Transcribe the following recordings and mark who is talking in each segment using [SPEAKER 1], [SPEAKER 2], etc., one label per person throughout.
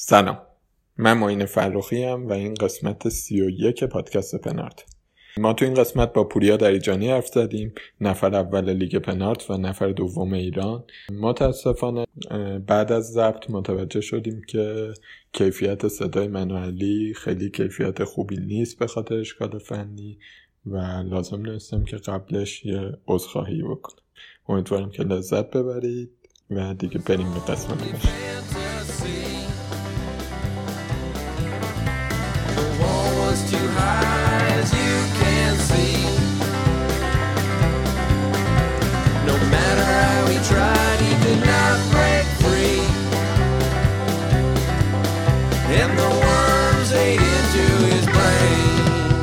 [SPEAKER 1] سلام، من معین فرخی ام و این قسمت 31 پادکست پنارت. ما تو این قسمت با پوریا دریجانی حرف زدیم، نفر اول لیگ پنارت و نفر دوم ایران. متاسفانه بعد از ضبط متوجه شدیم که کیفیت صدای من و علی خیلی کیفیت خوبی نیست به خاطر اشکال فنی و لازم دونستم که قبلش یه عذرخواهی بکنم. امیدوارم که لذت ببرید و دیگه بریم به قسمت بعد.
[SPEAKER 2] Too high as you can see. No matter how he tried, he could not break free. And the worms ate into his brain.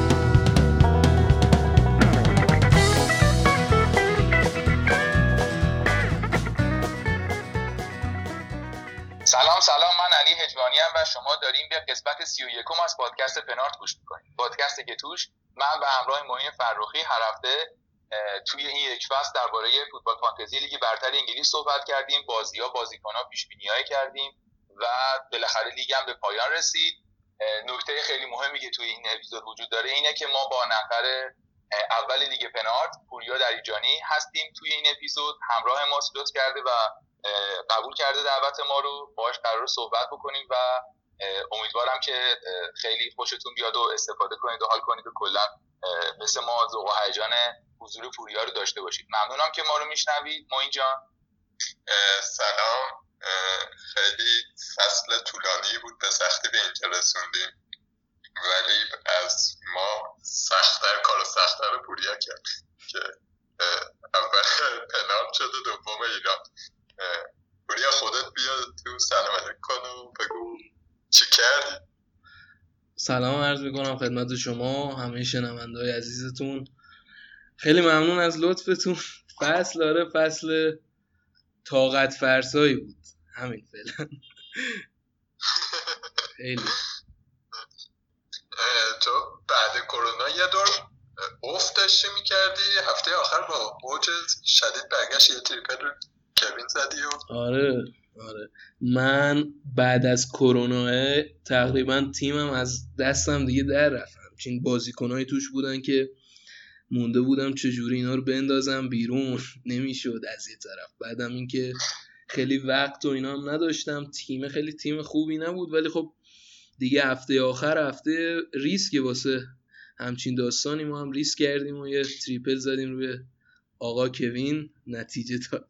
[SPEAKER 3] سلام من علی هجوانی ام و شما داریم به قسمت 31 از پادکست پنارت گوش میکنید. پادکستی که توش من به همراه معین فرخی هر هفته توی این یک فصل درباره فوتبال فانتزی لیگ برتر انگلیس صحبت کردیم، بازی‌ها، بازیکن‌ها، پیش‌بینی‌هایی کردیم و بالاخره لیگ هم به پایان رسید. نکته خیلی مهمی که توی این اپیزود وجود داره اینه که ما با نفر اول لیگ پنارت پوریا دریجانی هستیم. توی این اپیزود همراه ما لطف کرده و قبول کرده دعوت ما رو، باهاش قرار صحبت بکنیم و امیدوارم که خیلی خوشتون بیاد و استفاده کنید و حال کنید و کلا مثل ما ذوق و هیجان حضور پوریا رو داشته باشید. ممنونم که ما رو میشنوید. معین جان
[SPEAKER 4] سلام. خیلی فصل طولانی بود، به سختی به اینجا رسوندیم ولی از ما کار سخت‌تر رو پوریا کرد که اول پنارت شده دوم ایران. پوریا خودت بیا تو سلام علیک کن و بگو چی کردی؟
[SPEAKER 5] سلام عرض میکنم خدمت شما همه شنونده‌های عزیزتون. خیلی ممنون از لطفتون. فصل طاقت فرسایی بود، همین فعلا. خیلی
[SPEAKER 4] تو بعد کرونا یه دور افت داشتی میکردی، هفته آخر با موج شدید برگشت یه تریپل رو کوین زدی و
[SPEAKER 5] آره من بعد از کرونا تقریبا تیمم از دستم دیگه در رفت. همچین بازیکنایی توش بودن که مونده بودم چجوری اینا رو بندازم بیرون، نمیشد از یه طرف. بعدم این که خیلی وقت و اینا هم نداشتم، خیلی تیم خوبی نبود، ولی خب دیگه هفته آخر هفته ریسک واسه همچین داستانی ما هم ریسک کردیم و یه تریپل زدیم روی آقا کوین، نتیجه داد.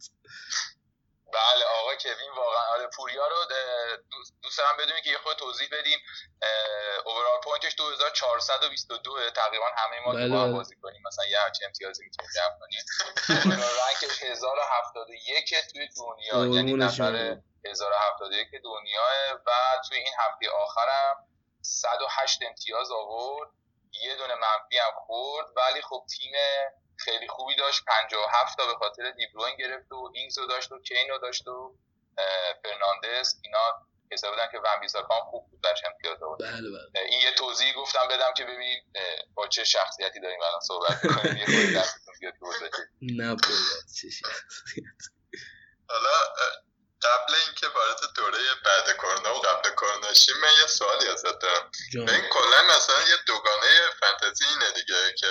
[SPEAKER 3] بله آقا کوین واقعا آره. پوریا رو دوست دارم بدونی که یه خود توضیح بدیم. اوورال پوینتش 2422 تقریبا همه ما تو با بازی کنیم مثلا یه همچین امتیازی میتونیم جمع کنیم. اوورال رنکش 1071 توی دنیا، یعنی نفر 1071 دنیاه و توی این هفته آخرم 108 امتیاز آورد، یه دونه منفی هم خورد، ولی خب تیم خیلی خوبی داشت. 57 تا به خاطر دیبروین گرفت و اینگز رو داشت و کین رو داشت و فرناندز. اینا کسایی بودن که ون بیساکا هم خوب بود درش امتیاز آورد.
[SPEAKER 5] بله.
[SPEAKER 3] این یه توضیح گفتم بدم که ببینید با چه شخصیتی داریم الان صحبت می‌کنیم. یه خورده دستتون بیاد که بزنید.
[SPEAKER 5] نه بابا چه شخصیت.
[SPEAKER 4] حالا قبل اینکه وارد دوره بعد کرونا و قبل کرونا شیم، من یه سوالی ازت دارم. این کلا مثلا یه دوگانه فانتزی اینه دیگه که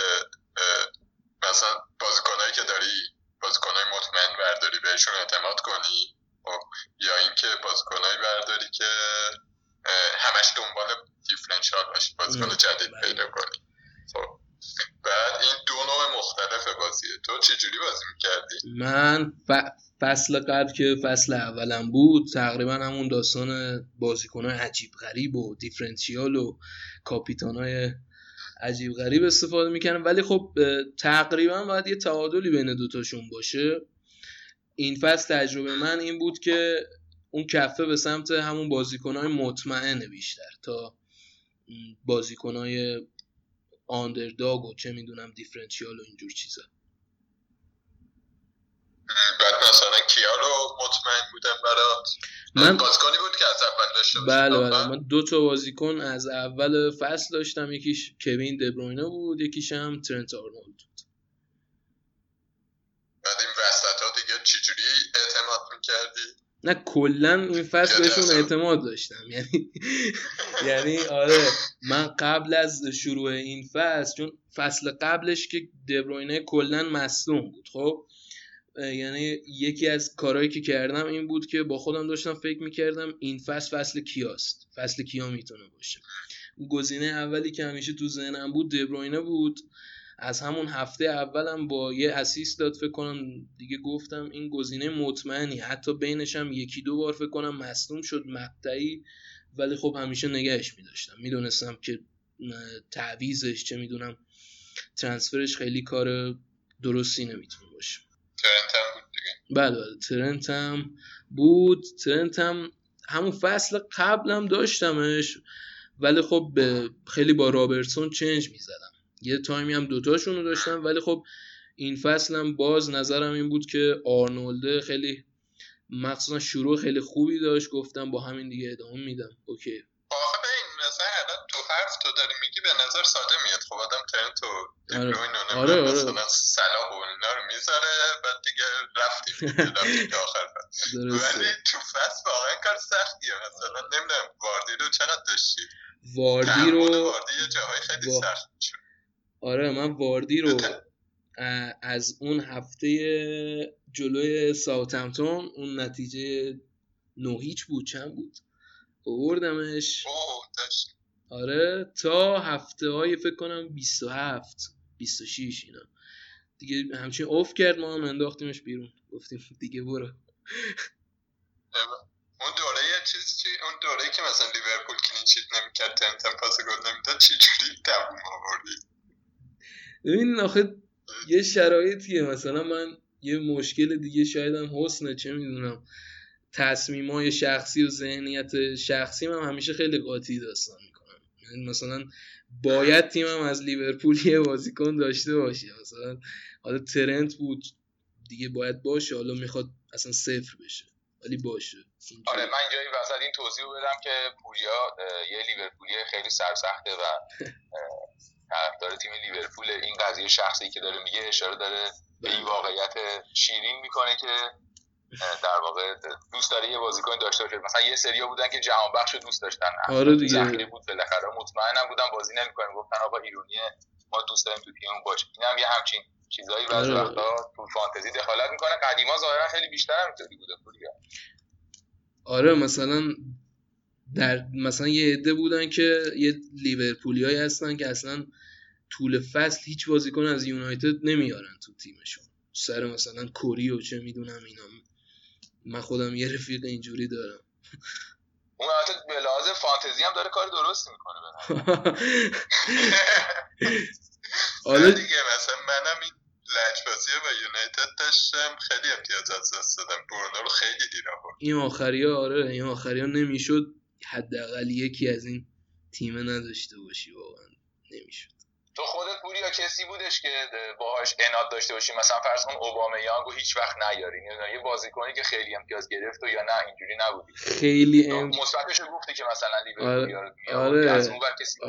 [SPEAKER 4] مثلا بازیکنایی که داری بازیکنای مطمئن برداری بهشون اعتماد کنی یا اینکه بازیکنایی برداری که همش دنبال دیفرنشیال باشی، بازیکن جدید پیدا کنی. خب بعد این دو نوع مختلف بازیه. تو چه جوری بازی می‌کردی؟
[SPEAKER 5] من فصل قبل که فصل اولم بود تقریبا همون داستان بازیکنای عجیب غریب و دیفرنشیال و کاپیتانای عجیب غریب استفاده میکنم، ولی خب تقریبا باید یه تعادلی بین دوتاشون باشه. این فصل تجربه من این بود که اون کفه به سمت همون بازیکنای مطمئن بیشتر تا بازیکنای آندرداگ و چه میدونم دیفرنشیال و اینجور چیزا.
[SPEAKER 4] بعد مثلا کیا رو مطمئن بودم برات؟ من بازیکنی بود که از اول داشته باشی؟
[SPEAKER 5] بله من 2 تا بازیکن از اول فصل داشتم، یکیش کوین دبروینه بود، یکیش هم ترنت آرنولد بود.
[SPEAKER 4] بعد این وسط ها دیگه چجوری اعتماد میکردی؟
[SPEAKER 5] نه کلا این فصل بهشون اعتماد داشتم، یعنی آره من قبل از شروع این فصل، چون فصل قبلش که دبروینه کلا مصدوم بود، خب یعنی یکی از کارهایی که کردم این بود که با خودم داشتم فکر میکردم این فصل کیاست، فصل کیا میتونه باشه. گزینه اولی که همیشه تو ذهنم بود دبروینه بود. از همون هفته اولم با یه اسیست داد فکر کنم دیگه، گفتم این گزینه مطمئنی، حتی بینش هم یکی دو بار فکر کنم مصدوم شد مقطعی، ولی خب همیشه نگهش میداشتم، میدونستم که تعویضش چه میدونم ترانسفرش خیلی کار درستی نمیتونه باشه.
[SPEAKER 4] ترنت هم بود دیگه.
[SPEAKER 5] بله ترنت هم بود، ترنت هم همون فصل قبلم داشتمش، ولی خب خیلی با رابرتسون چنج میزدم، یه تایمی هم دوتاشون رو داشتم، ولی خب این فصل هم باز نظرم این بود که آرنولد خیلی مخصوصا شروع خیلی خوبی داشت، گفتم با همین دیگه ادامه میدم. اوکی
[SPEAKER 4] آخه به این مثلا الان تو حرف تو داری میگی به نظر ساده میاد، خب آدم ترنت و دیبروین و مثلا صلاح و اینا رو میذاره بعد دیگه رفتیم که آخر فصل، ولی تو فصل واقعا کار سختیه. مثلا نمیدونم واردی رو چقدر داشتی؟ واردی یه جاهای خیلی سخت شد.
[SPEAKER 5] آره من واردی رو از اون هفته جلوی ساوثهمپتون اون نتیجه 9-0 بود چند بود آوردمش، آره تا هفته های فکر کنم 27-26 اینا دیگه همچین اوف کرد، ما هم انداختیمش بیرون، گفتیم دیگه برو.
[SPEAKER 4] اون دوره یه چیز اون دوره‌ای که مثلا لیورپول کلین شیت نمی‌کرد، تنتن پاس گل نمیداد، چه جوری دووم آوردی؟
[SPEAKER 5] ببین آخه یه شرایطیه، مثلا من یه مشکل دیگه شایدم حسنه، چه میدونم تصمیمای شخصی و ذهنیت شخصی من همیشه خیلی قاطی داستان میکنم. یعنی مثلا باید تیمم از لیورپول یه بازیکن داشته باشه، مثلا حالا ترنت بود دیگه باید باشه، حالا میخواد اصلا صفر بشه ولی باشه.
[SPEAKER 3] آره من اینجا این وسط این توضیح بدم که پوریا یه لیورپولی خیلی سرسخته و طرفدار تیم لیورپول. این قضیه شخصی که داره میگه اشاره داره به این واقعیت شیرین میکنه که در واقع دوست داره یه بازیکن داشته باشه. مثلا یه سریا بودن که جهان بخشو دوست داشتن،
[SPEAKER 5] آره دیگه
[SPEAKER 3] ذخیره بود بالاخره مطمئنم بودن بازی نمیکنه، گفتن آقا ایرونیه ما دوست داریم تو تیممون باشه. اینم یه همچین چیزایی بعضی وقتا تو فانتزی دخالت میکنه. قدیما ظاهرا خیلی بیشتر همینطوری بوده پوریا.
[SPEAKER 5] آره مثلا یه عده بودن که یه لیورپولیایی هستن که اصلا طول فصل هیچ بازیکن از یونایتد نمیارن تو تیمشون، سر مثلا کوری و چه میدونم اینا. من خودم یه رفیق اینجوری دارم.
[SPEAKER 3] اون البته به لحاظ فانتزی هم داره کار درستی میکنه.
[SPEAKER 4] آره دیگه مثلا منم این لجبازی با یونایتد داشتم، خیلی امتیاز از دست دادم، برونو رو خیلی دیر آورد.
[SPEAKER 5] این آخریا آره این آخریا نمیشد حداقل یکی از این تیم نداشته باشی، واقعا نمیشد.
[SPEAKER 3] تو خودت پوریا کسی بودش که باهاش عناد داشته باشی، مثلا فرض کن اوبامیانگو هیچ وقت نیاری، یه بازیکنی که خیلی امتیاز گرفت و یا نه اینجوری نبودی؟
[SPEAKER 5] خیلی
[SPEAKER 3] مثبتش گفتی که مثلا لیورپول
[SPEAKER 5] آره
[SPEAKER 3] از اون ور کسی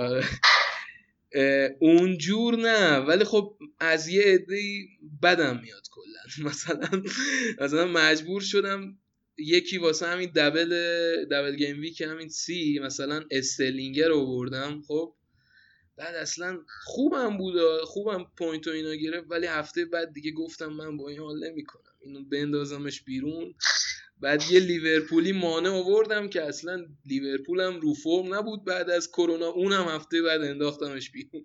[SPEAKER 5] اونجور نه، ولی خب از یه عده‌ای بدم میاد کلا. مثلا مجبور شدم یکی واسه همین دبل گیم ویک همین مثلا استرلینگر رو آوردم، خب بعد اصلا خوبم پوینت و اینا گرفت، ولی هفته بعد دیگه گفتم من با این حال نمی‌کنم، اینو بندازمش بیرون. بعد یه لیورپولی مانع آوردم که اصلا لیورپولم رو فرم نبود بعد از کرونا، اونم هفته بعد انداختمش بیرون.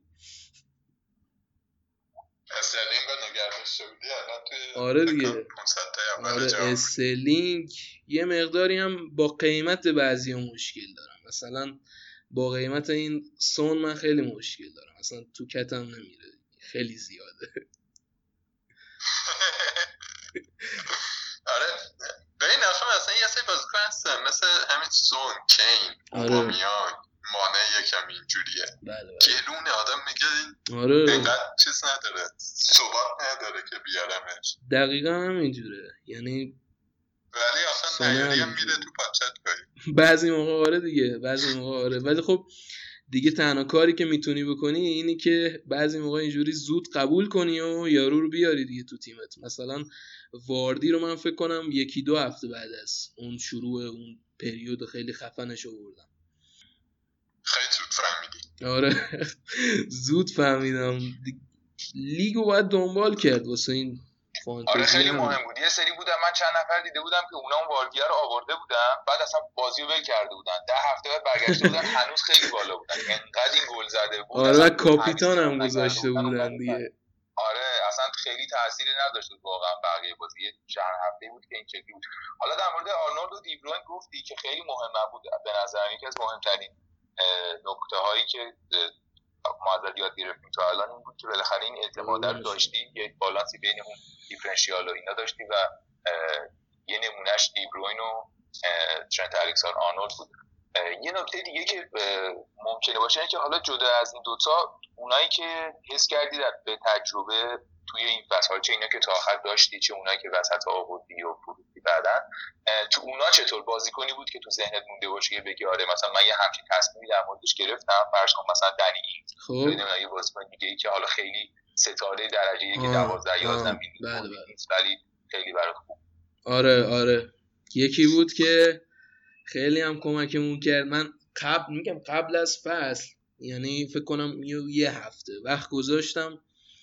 [SPEAKER 4] استرلینگ رو نگردشته بودی الان توی
[SPEAKER 5] آره دیگه. آره استرلینگ یه مقداری هم با قیمت بعضی مشکل دارم، مثلا با قیمت این سون من خیلی مشکل دارم، مثلا تو کتم نمیره، خیلی زیاده.
[SPEAKER 4] آره ببین آخه مثلا یه سری بازیکن هستن مثل همین سون، کین، اوبامیانگ، مانه یکم اینجوریه.
[SPEAKER 5] بله.
[SPEAKER 4] گلونه آدم میگه
[SPEAKER 5] آره
[SPEAKER 4] اینقدر چیز نداره، ثبات نداره که بیارمش.
[SPEAKER 5] دقیقا همینجوره، یعنی
[SPEAKER 4] ولی آخه نیاری هم میره تو پاچت گاهی.
[SPEAKER 5] بعضی موقع آره دیگه، بعضی موقع آره، ولی خب دیگه تنها کاری که میتونی بکنی اینی که بعضی موقع اینجوری زود قبول کنی و یارو رو بیاری دیگه تو تیمت. مثلا واردی رو من فکر کنم 1-2 هفته بعد از اون شروع اون پریود خیلی خفنش آوردم.
[SPEAKER 4] خیلی زود فهمیدی.
[SPEAKER 5] آره زود فهمیدم. لیگو باید دنبال کرد واسه این فانتزی.
[SPEAKER 3] آره خیلی مهم بود. یه سری بودم من چند نفر دیده بودم که اونا اون واردیا رو آورده بودن، بعد اصلا بازیو ول کرده بودن، 10 هفته بعد برگشته بودن هنوز خیلی بالا بودن، انقدر این گل زده بود.
[SPEAKER 5] آره کاپیتان هم گذاشته بودن دیگه.
[SPEAKER 3] آره اصلا خیلی تأثیری نداشت واقعا بقیه بازی. چند هفته بود که این شکلی بود. حالا در مورد آرنولد و دیبروین گفتی که خیلی مهم بود. به نظر من یکی از مهمترین نکته هایی که ما ازت یاد گرفتیم تا الان این بود که بالاخره این اعتماد رو داشتی، یک بالانسی بین اون دیفرنشیال و اینا داشتی و یه نمونهش دیبروین و ترنت الکساندر آرنولد بود. یه نکته دیگه که ممکنه باشه اینه که حالا جدا از این دوتا اونایی که حس کردی به تجربه توی این فصل، چه اینا که تا آخر داشتی چه اونایی که وسط آوردی و فروختی بعدن، تو اونا چطور بازیکنی بود که تو ذهنت مونده باشه که بگی آره مثلا من یه همچین تصمیمی در موردش گرفتم؟ فرض کن مثلا دنی،
[SPEAKER 5] خب
[SPEAKER 3] نمیدونم یه بازیکن دیگه‌ای که حالا خیلی ستاره درجه 1 12 11 نیست ولی خیلی برات خوب.
[SPEAKER 5] آره یکی بود که خیلی هم کمکمون کرد. من قبل از فصل یعنی فکر کنم یه هفته وقت گذاشتم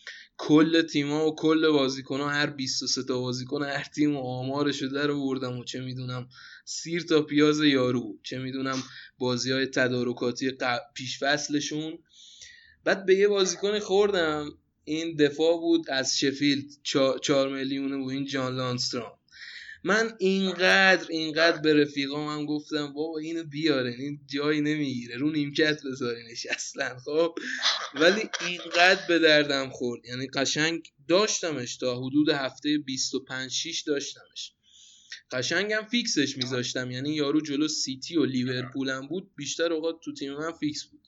[SPEAKER 5] کل تیم‌ها و کل بازیکن‌ها، هر 23 تا بازیکن هر تیم و آمارشو در آوردم و چه میدونم سیر تا پیاز یارو، چه میدونم بازی‌های تدارکاتی پیش فصلشون. بعد به یه بازیکن خوردم، این دفاع بود از شفیلد، 4 میلیونه بود، این جان لانسترام. من اینقدر به رفیقام هم گفتم بابا اینو بیارن، این جایی نمیگیره، رو نیمکت بذارینش اصلا. خب ولی اینقدر به دردم خورد، یعنی قشنگ داشتمش تا حدود هفته 25-6 داشتمش، قشنگم فیکسش میذاشتم. یعنی یارو جلو سیتی و لیورپول هم بود، بیشتر اوقات تو تیم من فیکس بود.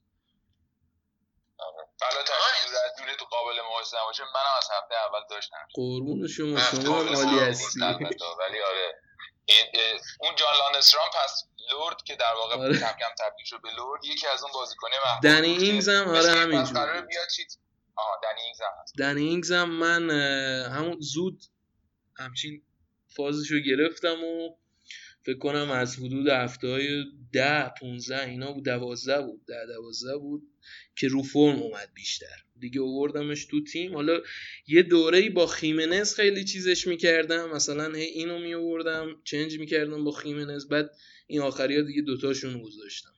[SPEAKER 3] حالا تا دور تو قابل مقایسه نباشه منم از هفته اول داشتم.
[SPEAKER 5] قربون شما عالی هستی.
[SPEAKER 3] ولی آره اون جان لانسترام پس لورد که در واقع
[SPEAKER 5] آره.
[SPEAKER 3] کم کم تبدیل شد به لورد، یکی از اون بازیکن‌های محبوب
[SPEAKER 5] دنی اینگز هم آره همینجوری
[SPEAKER 3] قراره بیاد چیز.
[SPEAKER 5] دنی اینگز هم من همون زود همچین فازشو گرفتم و فکر کنم از حدود هفته‌های 10-15 اینا بود، 12 بود که رو فرم اومد بیشتر دیگه، آوردمش تو تیم. حالا یه دوره‌ای با خیمنز خیلی چیزش می‌کردم، مثلا هی اینو می‌آوردم چنج می‌کردم با خیمنز، بعد این آخری‌ها دیگه دوتاشون گذاشتم.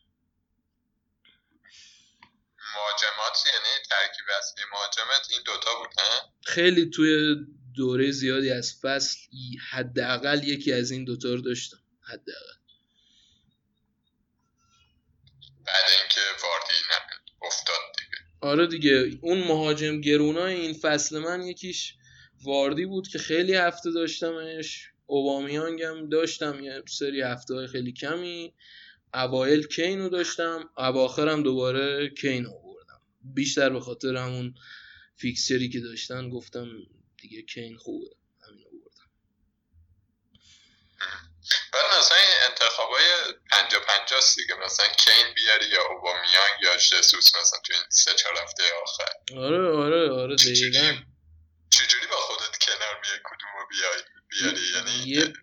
[SPEAKER 4] مهاجمات یعنی ترکیب اصلی مهاجمت این دوتا بود نه؟
[SPEAKER 5] خیلی توی دوره زیادی از فصل حداقل یکی از این دوتا رو داشتم حداقل.
[SPEAKER 4] بعد اینکه واردی افتاد دیگه.
[SPEAKER 5] آره دیگه اون مهاجم گرونای این فصل من یکیش واردی بود که خیلی هفته داشتمش، اوبامیانگ هم داشتم یه سری هفته‌های خیلی کمی، اوایل کینو داشتم، اواخرم دوباره کین آوردم، بیشتر به خاطر همون فیکسچری که داشتن گفتم دیگه کین خوبه، همین آوردم.
[SPEAKER 4] بعد مثلا این انتخابای 50-50 دیگه، مثلا کین بیاری یا اوبامیانگ یا ژسوس مثلا تو این 3-4 هفته آخر.
[SPEAKER 5] آره دقیقاً.
[SPEAKER 4] چجوری با خودت کنار میای کدومو بیاری؟ یعنی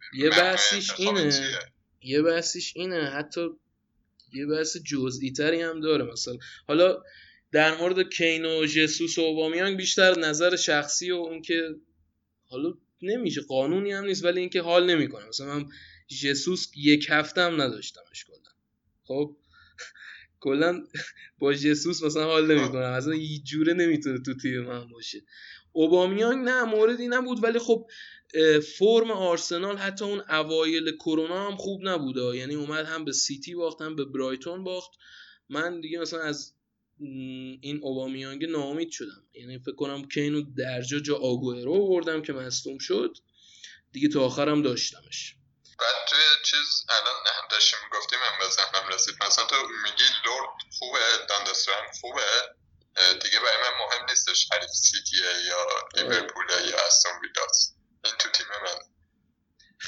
[SPEAKER 5] یه بحثش اینه حتی یه بحث جزئی تری هم داره. مثلا حالا در مورد کین و ژسوس و اوبامیانگ بیشتر نظر شخصی و اون که حالا نمیشه قانونی هم نیست، ولی اینکه حال نمیکنه. مثلا من ژسوس یک هفته هم نداشتمش کلا. خب کلا با ژسوس مثلا حال نمیکنم، مثلا یه جوره نمیتونه تو تیم من باشه. اوبامیانگ نه موردی نبود، ولی خب فرم آرسنال حتی اون اوایل کرونا هم خوب نبوده، یعنی اومد هم به سیتی باخت هم به برایتون باخت. من دیگه مثلا از این اوبامیانگ ناامید شدم، یعنی فکر کنم کینو درجا جا آگوئرو آوردم که مصدوم شد دیگه، تا آخرم داشتمش.
[SPEAKER 4] بعد توی چیز الان هم داشتیم میگفتیم من به ذهنم رسید، مثلا تو میگی لورد خوبه، داندسترام خوبه دیگه، برای من مهم نیستش حریف سیتیه یا لیورپوله یا استون ویلاست، این تو تیم من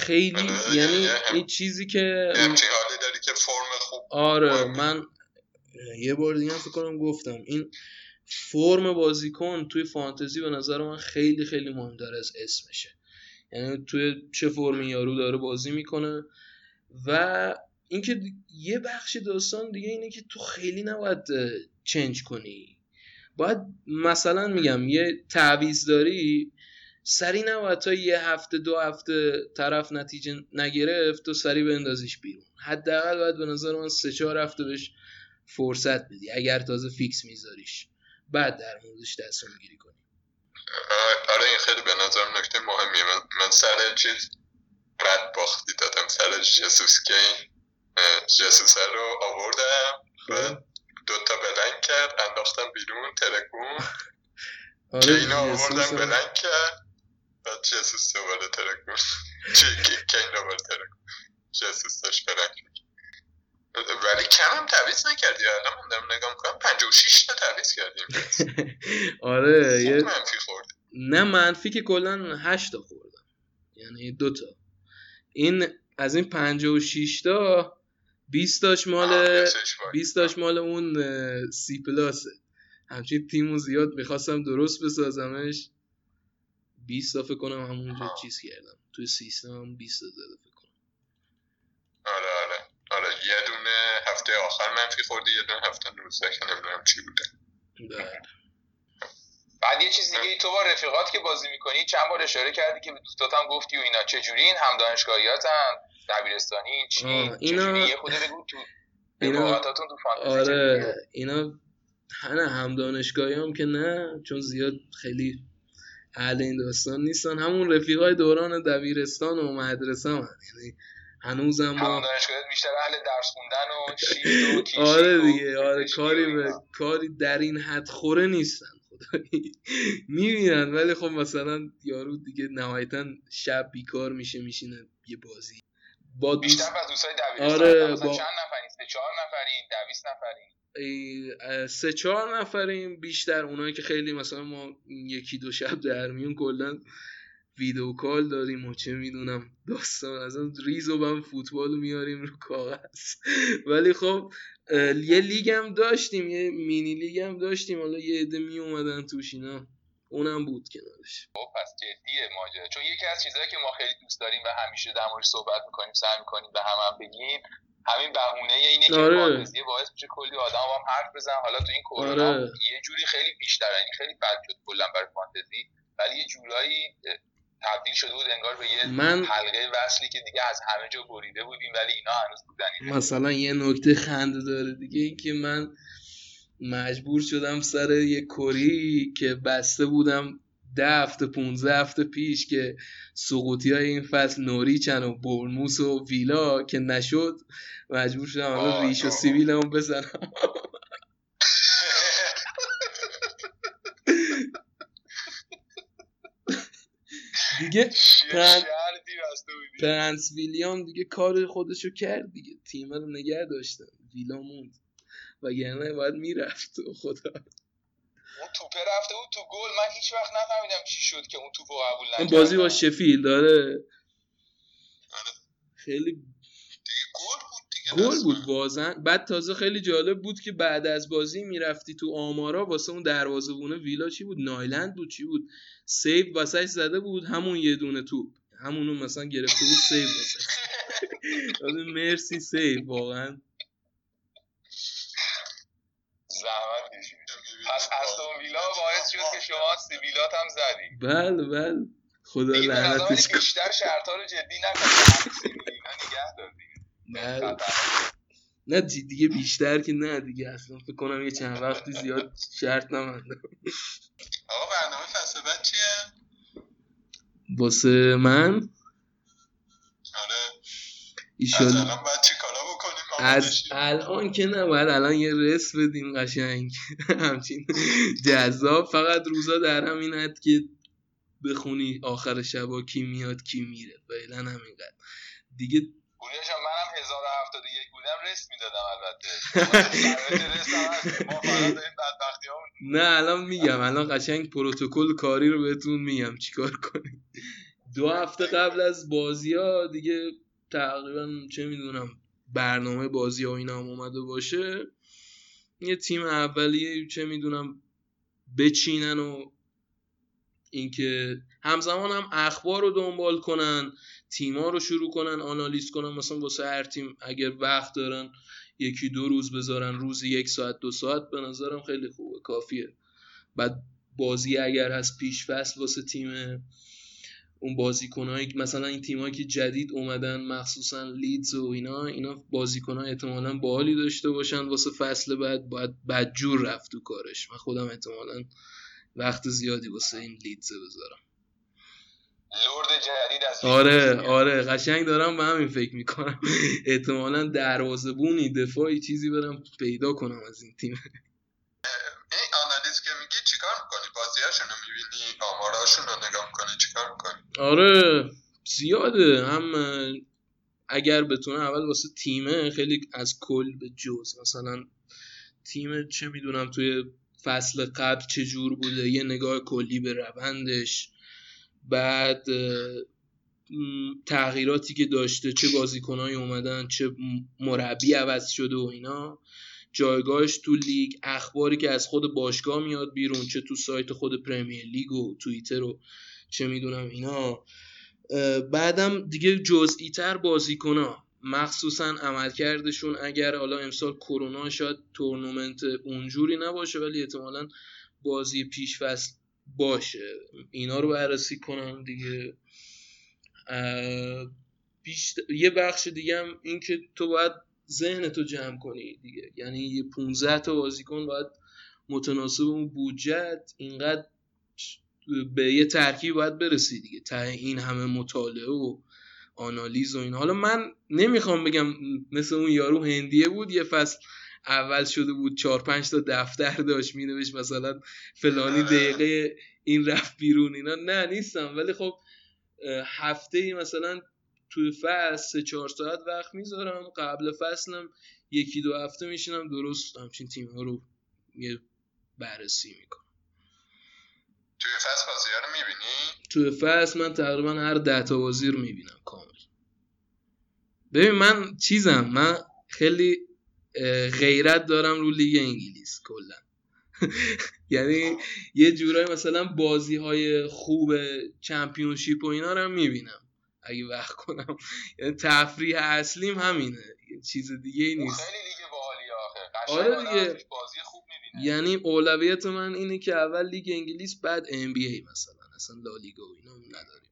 [SPEAKER 5] خیلی یعنی این چیزی که
[SPEAKER 4] همچین حالی داری که فرم خوب.
[SPEAKER 5] آره من یه بار دیگه هم فکر کنم گفتم این فرم بازیکن توی فانتزی به نظر من خیلی خیلی مهمتر از اسمشه. یعنی توی چه فرمی یارو داره بازی میکنه. و اینکه یه بخش داستان دیگه اینه که تو خیلی نباید چنج کنی. باید مثلا میگم یه تعویض داری، سری نباید تا یه هفته 2 هفته طرف نتیجه نگرفت تو سری بندازیش بیرون. حداقل باید به نظر من 3-4 هفته بهش فرصت بدی اگر تازه فیکس میذاریش، بعد در موردش تصمیم گیری کنی.
[SPEAKER 4] آره این خیلی به نظرم نکته مهمیه. من سر چیز رد باختی دادم سر جسوس که جسوس رو آوردم و 2 تا بلنگ کرد انداختم بیرون ترکون که اینو آوردم بلنگ کرد و جسوس دوباره ترکون که این دوباره ترکون جسوس داشت بلنگ. ولی کم هم تعویض نکردی. الان من دارم نگاه میکنم 56 تا تعویض کردیم.
[SPEAKER 5] آره
[SPEAKER 4] یه منفی خوردی.
[SPEAKER 5] نه منفی که کلا 8 تا خوردم، یعنی 2 تا. این از این 56 تا 20 تاش مال اون سی پلاسه. همچنین تیمو زیاد میخواستم درست بسازمش، 20 تا فکر کنم همونجا چیز کردم توی سیستم 20 تا زده فکر کنم.
[SPEAKER 4] آره یه دونه هفته آخر منفی خوردی، یه دونه هفته 19 که نمیدونم چی بوده.
[SPEAKER 5] بله.
[SPEAKER 3] بعد یه چیز دیگه تو با رفیقات که بازی میکنی چند بار اشاره کردی که به دوستات هم گفتی و اینا، چجوری این هم دانشگاهیاتن دبیرستانی چجوری یه خود بگو تو رفاقاتاتون تو فانتزی.
[SPEAKER 5] آره اینا هم دانشگاهی هم که نه، چون زیاد خیلی اهل این داستان نیستن. همون رفیقای دوران دبیرستان و مدرسه هم یعنی هنوزم ما
[SPEAKER 3] هم دانشگاه بیشتر اهل درس خوندن و شیفت و کیشی.
[SPEAKER 5] آره دیگه آره کاری در این حد خوره نیستن خدایی میبینن. ولی خب مثلا یارو دیگه نهایتا شب بیکار میشینه یه بازی با
[SPEAKER 3] بیشتر از دوستای دبیرستان.
[SPEAKER 5] آره
[SPEAKER 3] مثلا چند نفرین؟ 3-4 نفرین؟ 20 نفرین؟
[SPEAKER 5] 3-4 نفریم بیشتر. اونایی که خیلی مثلا ما 1-2 شب در میون کلا ویدیو کال داریم و چه میدونم داستان از اون ریز و بم فوتبال میاریم رو کاغذ. ولی خب یه لیگ هم داشتیم، یه مینی لیگ هم داشتیم، حالا یه عده می اومدن توش اینا، اونم بود کنارش.
[SPEAKER 3] خب پس جدیه ماجرا، چون یکی از چیزایی که ما خیلی دوست داریم و همیشه در موردش صحبت میکنیم، سعی میکنیم به هم بگیم، همین بهونه اینه که فانتزی باعث میشه کلی آدم هم حرف بزنن. حالا تو این کرونا یه جوری خیلی بیشتر، یعنی خیلی بد شد کلا برای فانتزی، ولی یه جورایی تبدیل شده بود انگار به یه حلقه وصلی که دیگه از همه جا بریده بودیم ولی اینا هنوز بودن.
[SPEAKER 5] مثلا یه نکته خنده داره دیگه این که من مجبور شدم سر یه کری که بسته بودم 10 هفته 15 هفته پیش که سقوطی‌های این فصل نوریچن و برنموس و ویلا که نشد، مجبور شدم الان ریش و سیبیلمو بزنم. دیگه پرنس ویلیام دیگه کار خودشو کرد دیگه، تیم رو نگه داشتن، ویلا موند وگرنه باید میرفت. خدا
[SPEAKER 3] اون توپه رفته بود تو گل، من هیچ وقت نفهمیدم چی شد که اون توپو قبول نکرد.
[SPEAKER 5] بازی با شفیلد داره خیلی گل بود بازن. بعد تازه خیلی جالب بود که بعد از بازی میرفتی تو آمارا واسه اون دروازه‌بونه ویلا چی بود، نایلند بود چی بود، سیو واسش زده بود، همون یه دونه توپ همونو مثلا گرفته بود سیو واسش. مرسی سیو واقعا
[SPEAKER 3] زحمت کشید. پس استون ویلا باعث شد که شما سیبیلات هم زدی.
[SPEAKER 5] بله خدا لعنتش کنه.
[SPEAKER 3] بیشتر شرطا رو جدی نکنید، سیبیلینا نگه دار دیگه.
[SPEAKER 5] نه دیگه بیشتر که نه دیگه، اصلا فکر کنم یه چند وقتی زیاد شرط نموندم.
[SPEAKER 4] آقا برنامه فصل بعد چیه؟
[SPEAKER 5] واسه من
[SPEAKER 4] آره
[SPEAKER 5] ایشالله
[SPEAKER 4] از الان باید چی کارا بکنیم؟
[SPEAKER 5] از الان که نه، باید الان یه رس بدیم قشنگ همچین جذاب. فقط روزا در همین حد که بخونی آخر شبا کی میاد کی میره، فعلا همینقدر دیگه.
[SPEAKER 3] پوریا جان منم 1071 بودم رس میدادم البته. رس هم ما فقط داریم بدبختیامون.
[SPEAKER 5] نه الان میگم، الان قشنگ پروتکل کاری رو بهتون میگم چیکار کنید. 2 هفته قبل از بازی‌ها دیگه تقریبا چه میدونم برنامه بازی‌ها اینا هم اومده باشه، یه تیم اولیه چه میدونم بچینن و اینکه همزمان هم اخبار رو دنبال کنن، تیما رو شروع کنن آنالیز کنن، مثلا واسه هر تیم اگر وقت دارن 1-2 روز بذارن، روزی 1 ساعت 2 ساعت، به نظرم خیلی خوبه، کافیه. بعد بازی اگر هست پیش فصل واسه تیم، اون بازیکنایی مثلا این تیمایی که جدید اومدن مخصوصا لیدز و اینا بازیکنای احتمالاً باحالی داشته باشن واسه فصل بعد، باید بدجور رفت تو کارش. من خودم احتمالاً وقت زیادی واسه این لیدز بذارم.
[SPEAKER 3] لرد جدید از
[SPEAKER 5] آره قشنگ دارم به همین فکر میکنم. احتمالاً دروازه‌بونی دفاعی چیزی برم پیدا کنم از این تیم.
[SPEAKER 4] این آنالیز که میگی چیکار میکنی؟ بازیاشون رو میبینی؟ آماراشون رو نگاه میکنی؟ چیکار میکنی؟
[SPEAKER 5] آره زیاده. هم اگر بتونه اول واسه تیمه خیلی از کل به جز، مثلا تیم چه میدونم توی فصل قبل چه جور بوده، یه نگاه کلی به روندش، بعد تغییراتی که داشته، چه بازیکنایی اومدن، چه مربی عوض شده و اینا، جایگاهش تو لیگ، اخباری که از خود باشگاه میاد بیرون، چه تو سایت خود پرمیر لیگ و توییتر و چه میدونم اینا. بعدم دیگه جزئی تر بازیکن‌ها، مخصوصا عملکردشون، اگر حالا امسال کرونا شاید تورنمنت اونجوری نباشه ولی احتمالاً بازی پیش فصل باشه، اینا رو بررسی کنن دیگه. یه بخش دیگه هم این که تو باید ذهنتو جمع کنی دیگه، یعنی یه 15 تا بازیکن باید متناسب اون بودجت اینقدر به یه ترکیب باید برسی دیگه، تا این همه مطالعه و آنالیز و این. حالا من نمیخوام بگم مثل اون یارو هندیه بود یه فصل اول شده بود 4-5 تا دفتر داشت مینوشت مثلا فلانی دقیقه این رفت بیرون اینا، نه نیستم، ولی خب هفته مثلا توی فصل 3-4 ساعت وقت میذارم، قبل فصلم 1-2 هفته میشینم درست همچین تیم‌ها رو یه بررسی میکنم.
[SPEAKER 4] توی فصل بازی‌ها رو میبینی؟
[SPEAKER 5] توی فصل من تقریبا هر 10 تا بازی رو میبینم کامل. ببین من خیلی غیرت دارم رو لیگ انگلیس کلا. یعنی یه جورایی مثلا بازی‌های خوب چمپیونشیپ و اینا رو میبینم اگه وقت کنم، یعنی تفریح اصلیم همینه، چیز دیگه ای نیست.
[SPEAKER 3] خیلی لیگ باحالیه آخه.
[SPEAKER 5] آره دیگه،
[SPEAKER 3] بازی خوب میبینه.
[SPEAKER 5] یعنی اولویت من اینه که اول لیگ انگلیس، بعد ام بی ای مثلا، اصلا لالیگا و اینا نداریم.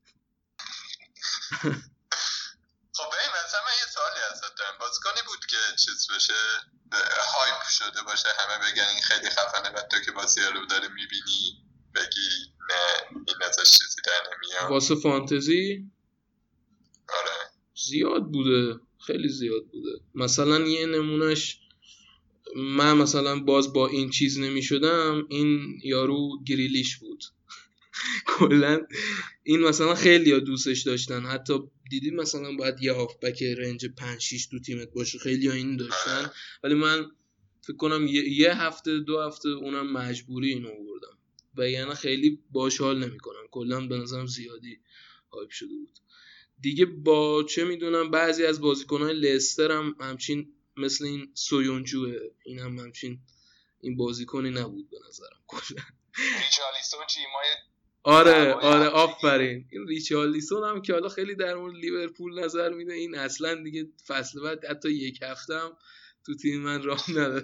[SPEAKER 4] خب ببین مثلا من یه سوالی ازت دارم. بازیکنی بود که چیز بشه هایپ شده باشه همه بگن این خیلی خفنه، بعد تو که بازی رو داری میبینی بگی نه این ازش چیزی در نمیاد؟
[SPEAKER 5] واسه فانتزی
[SPEAKER 4] آره
[SPEAKER 5] زیاد بوده، خیلی زیاد بوده. مثلا یه نمونهش من مثلا باز با این چیز نمی شدم، این یارو گریلیش بود. کلا این مثلا خیلی ها دوستش داشتن، حتی دیدی مثلا باید یه هافبک رنج 5-6 تو تیمت باشه، خیلی ها این داشتن، ولی من فکر کنم یه هفته 2 هفته اونم مجبوری اینو آوردم و یعنی خیلی باش حال نمی کنم. کلا به نظرم زیادی هایپ شده بود دیگه. با چه میدونم بعضی از بازیکنهای لستر هم همچین، مثل این سویونجوه، این هم همچین این بازیکنی نبود به نظرم کلا.
[SPEAKER 3] ریچارلیسون چیمای
[SPEAKER 5] آره آفرین، این ریچارلیسون هم که حالا خیلی در مورد لیورپول نظر میده، این اصلا دیگه فصل بعد حتی یک هفته هم تو تیم من راه نداره.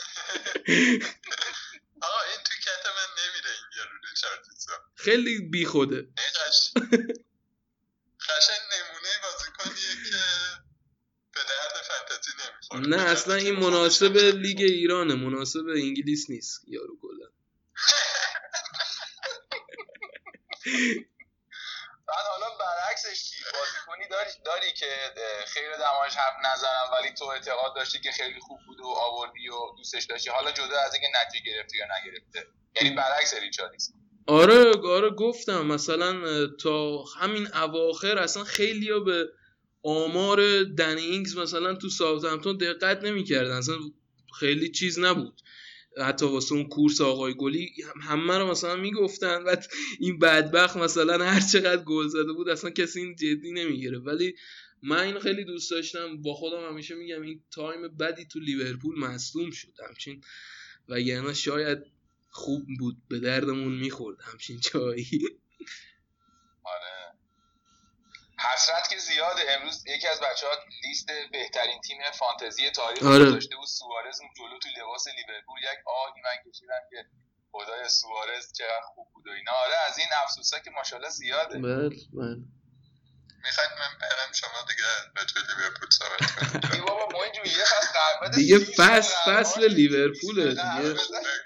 [SPEAKER 4] آقا این تو کت من نمیره این یارو ریچارلیسون،
[SPEAKER 5] خیلی بی خوده.
[SPEAKER 4] قشنگ نمونه بازیکنیه که به درد فانتزی نمیخوره.
[SPEAKER 5] نه اصلا این مناسب لیگ ایرانه، مناسب انگلیس نیست یارو کلا.
[SPEAKER 3] بعد حالا برعکسش چی بازیکنی داری که خیلی دماغش حرف نزنم ولی تو اعتقاد داشتی که خیلی خوب بود و آوردی و دوستش داشتی، حالا جدا از اینکه نتیجه گرفته یا نگرفته، یعنی برعکس ریچارلیسون؟
[SPEAKER 5] آره گفتم مثلا تا همین اواخر اصلا خیلیا به آمار دنی اینگز مثلا تو ساوثهمپتون دقت نمی‌کردن، اصلا خیلی چیز نبود، حتی واسه اون کورس آقای گلی همه رو مثلا میگفتن، بعد این بدبخت مثلا هر چقدر گل زده بود اصلا کسی این جدی نمیگیره. ولی من اینو خیلی دوست داشتم، با خودم همیشه میگم این تایم بدی تو لیورپول مصدوم شد همچین، وگرنه شاید خوب بود، به دردمون میخورد همچین جایی.
[SPEAKER 3] آره حسرت که زیاده. امروز یکی از بچه‌ها لیست بهترین تیم فانتزی تاریخ گذاشته بود، سوارز اون جلو تو لباس لیورپول، یک آهی من کشیدم که خدای سوارز چقدر خوب بود و اینا. آره از این افسوسا که ماشاءالله زیاده.
[SPEAKER 5] بله
[SPEAKER 4] میخواید من برم شما دیگه راجع به لیورپول صحبت کنید؟
[SPEAKER 3] بابا ما اینجوری یه فصل قرارداد
[SPEAKER 5] دیگه فصل لیورپوله دیگه.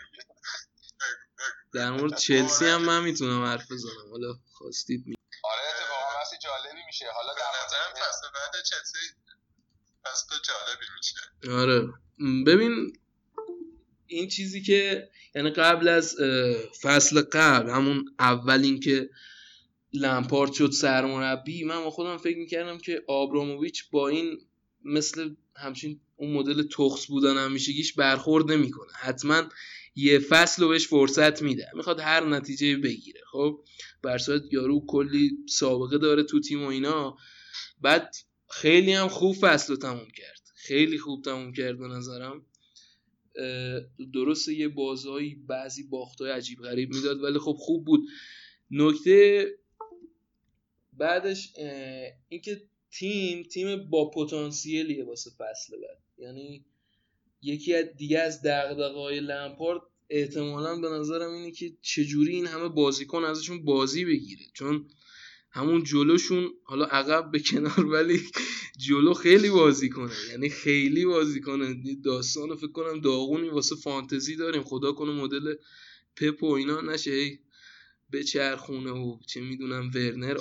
[SPEAKER 5] در مورد چلسی هم من میتونم حرف بزنم، حالا خواستید
[SPEAKER 3] آره اتفاقا بحث جالبی میشه. حالا
[SPEAKER 4] در نظرم فصل بعد چلسی فصل جالبی میشه.
[SPEAKER 5] آره ببین این چیزی که یعنی قبل از فصل قبل، همون اول این که لمپارد شد سرمربی، من با خودم فکر میکردم که آبراموویچ با این مثل همچین اون مدل تخس بودن همیشگیش برخورد نمیکنه، حتما یه فصل رو بهش فرصت میده، میخواد هر نتیجه بگیره. خب برصورت یارو کلی سابقه داره تو تیم و اینا. بعد خیلی هم خوب فصل رو تموم کرد، خیلی خوب تموم کرد به نظرم. درسته یه بازهایی بعضی باختای عجیب غریب میداد ولی خب خوب بود. نکته بعدش اینکه تیم با پتانسیلیه واسه فصل بعد، یعنی یکی از دیگه از دغدغه‌های لمپارد احتمالاً به نظرم اینه که چجوری این همه بازیکن ازشون بازی بگیره، چون همون جلوشون حالا عقب به کنار ولی جلو خیلی بازی کنه، یعنی خیلی بازی کنه. داستانو فکر کنم داغونی واسه فانتزی داریم، خدا کنه مدل پپ و اینا نشه هی به چرخونه و چه میدونم ورنر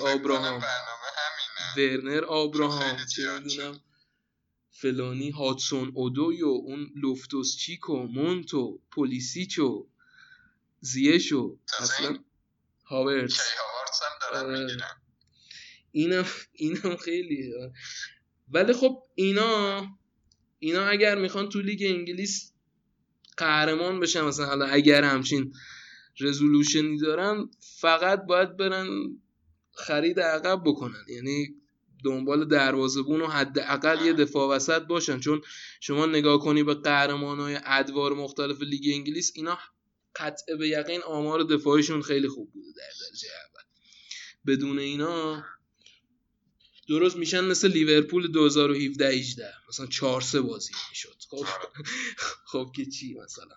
[SPEAKER 5] آبراهام چه میدونم فلانی هاتسون اودوی و اون لوفتوس چیک و مونتو پولیسیچ و زیش و اصلا هاورتس
[SPEAKER 4] هم دارن میگیرن.
[SPEAKER 5] اینم خیلیه. ولی خب اینا اگر میخوان تو لیگ انگلیس قهرمان بشن، مثلا حالا اگر همچین رزولوشنی دارن، فقط باید برن خرید عقب بکنن، یعنی دنبال دروازه‌بون و حداقل یه دفاع وسط باشن. چون شما نگاه کنی به قهرمانای ادوار مختلف لیگ انگلیس، اینا قطع به یقین آمار دفاعیشون خیلی خوب بوده در درجه اول. بدون اینا درست میشن مثل لیورپول 2017-18 مثلا 4-3 بازی میشد. خب که چی مثلا.